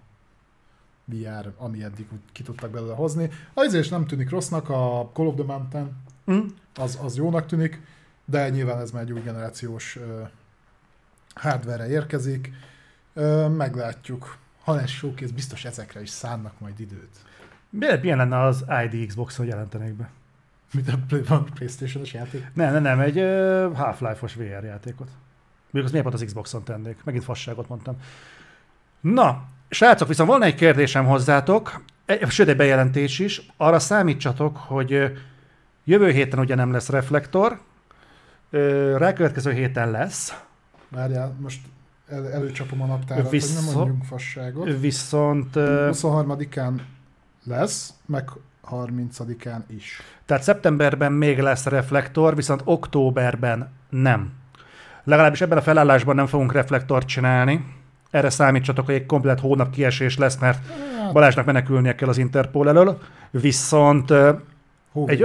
VR, ami eddig úgy ki tudtak belőle hozni. Azért nem tűnik rossznak, a Call of the Mountain, az jónak tűnik, de nyilván ez már egy új generációs hardware-re érkezik, meglátjuk. Ha lesz showcase, biztos ezekre is szánnak majd időt. Milyen lenne az ID Xbox, hogy jelentenék be? Van PlayStation-os játék? Nem, egy Half-Life-os VR játékot. Még az miért pont az Xboxon tennék? Megint fasságot mondtam. Na, srácok, viszont volna egy kérdésem hozzátok, sőt egy bejelentés is. Arra számítsatok, hogy jövő héten ugye nem lesz reflektor, rákövetkező héten lesz. Várjál, most előcsapom a naptárat, hogy nem mondjunk fasságot. Viszont... 23-án lesz, meg 30-án is. Tehát szeptemberben még lesz reflektor, viszont októberben nem. Legalábbis ebben a felállásban nem fogunk reflektort csinálni. Erre számítsatok, hogy egy komplet hónap kiesés lesz, mert Balázsnak menekülnie kell az Interpol elől. Viszont egy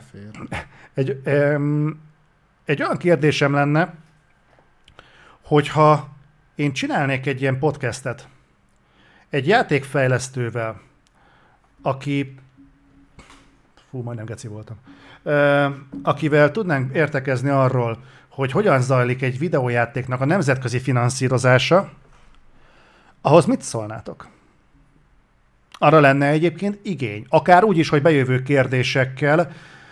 olyan kérdésem lenne, hogyha én csinálnék egy ilyen podcastet egy játékfejlesztővel, aki... majdnem geci voltam. Akivel tudnánk értekezni arról, hogy hogyan zajlik egy videójátéknak a nemzetközi finanszírozása, ahhoz mit szólnátok? Arra lenne egyébként igény. Akár úgy is, hogy bejövő kérdésekkel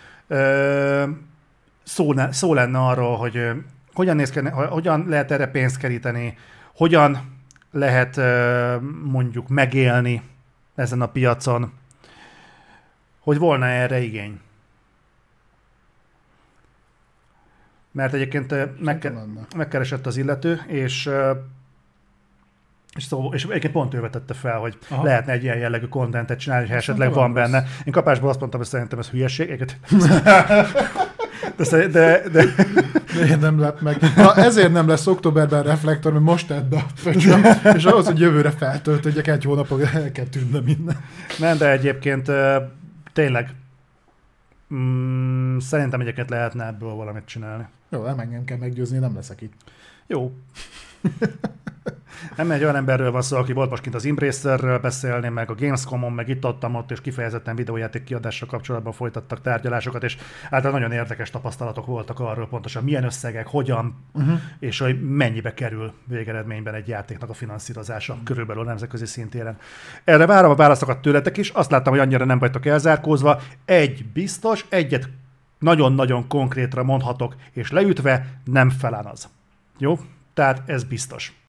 szó lenne arról, hogy hogyan lehet erre pénzt keríteni, hogyan lehet mondjuk megélni ezen a piacon, hogy volna erre igény. Mert egyébként megkeresett az illető, és egyébként pont ő vetette fel, hogy lehetne egy ilyen jellegű contentet csinálni, ha esetleg van benne. Én kapásból azt mondtam, hogy szerintem ez hülyeség. De nem lep meg. Ezért nem lesz októberben reflektor, mert most tedd be a pöcsöm, és ahhoz, hogy jövőre feltöltődjek, egy hónapig el kell tűnne minden. Nem, de egyébként tényleg szerintem egyébként lehetne ebből valamit csinálni. Jó, nem engem kell meggyőzni, nem leszek itt. Jó. Nem egy olyan emberről van szó, aki volt most kint az Embracerről beszélni, meg a Gamescom-on, meg itt-ott, és kifejezetten videójáték kiadással kapcsolatban folytattak tárgyalásokat, és általában nagyon érdekes tapasztalatok voltak arról pontosan, milyen összegek, hogyan, és hogy mennyibe kerül végeredményben egy játéknak a finanszírozása körülbelül nemzetközi szintéren. Erre várom a válaszokat tőletek is, azt láttam, hogy annyira nem vagytok elzárkózva. Egy biztos, egyet nagyon-nagyon konkrétra mondhatok, és leütve nem felán az. Jó? Tehát ez biztos.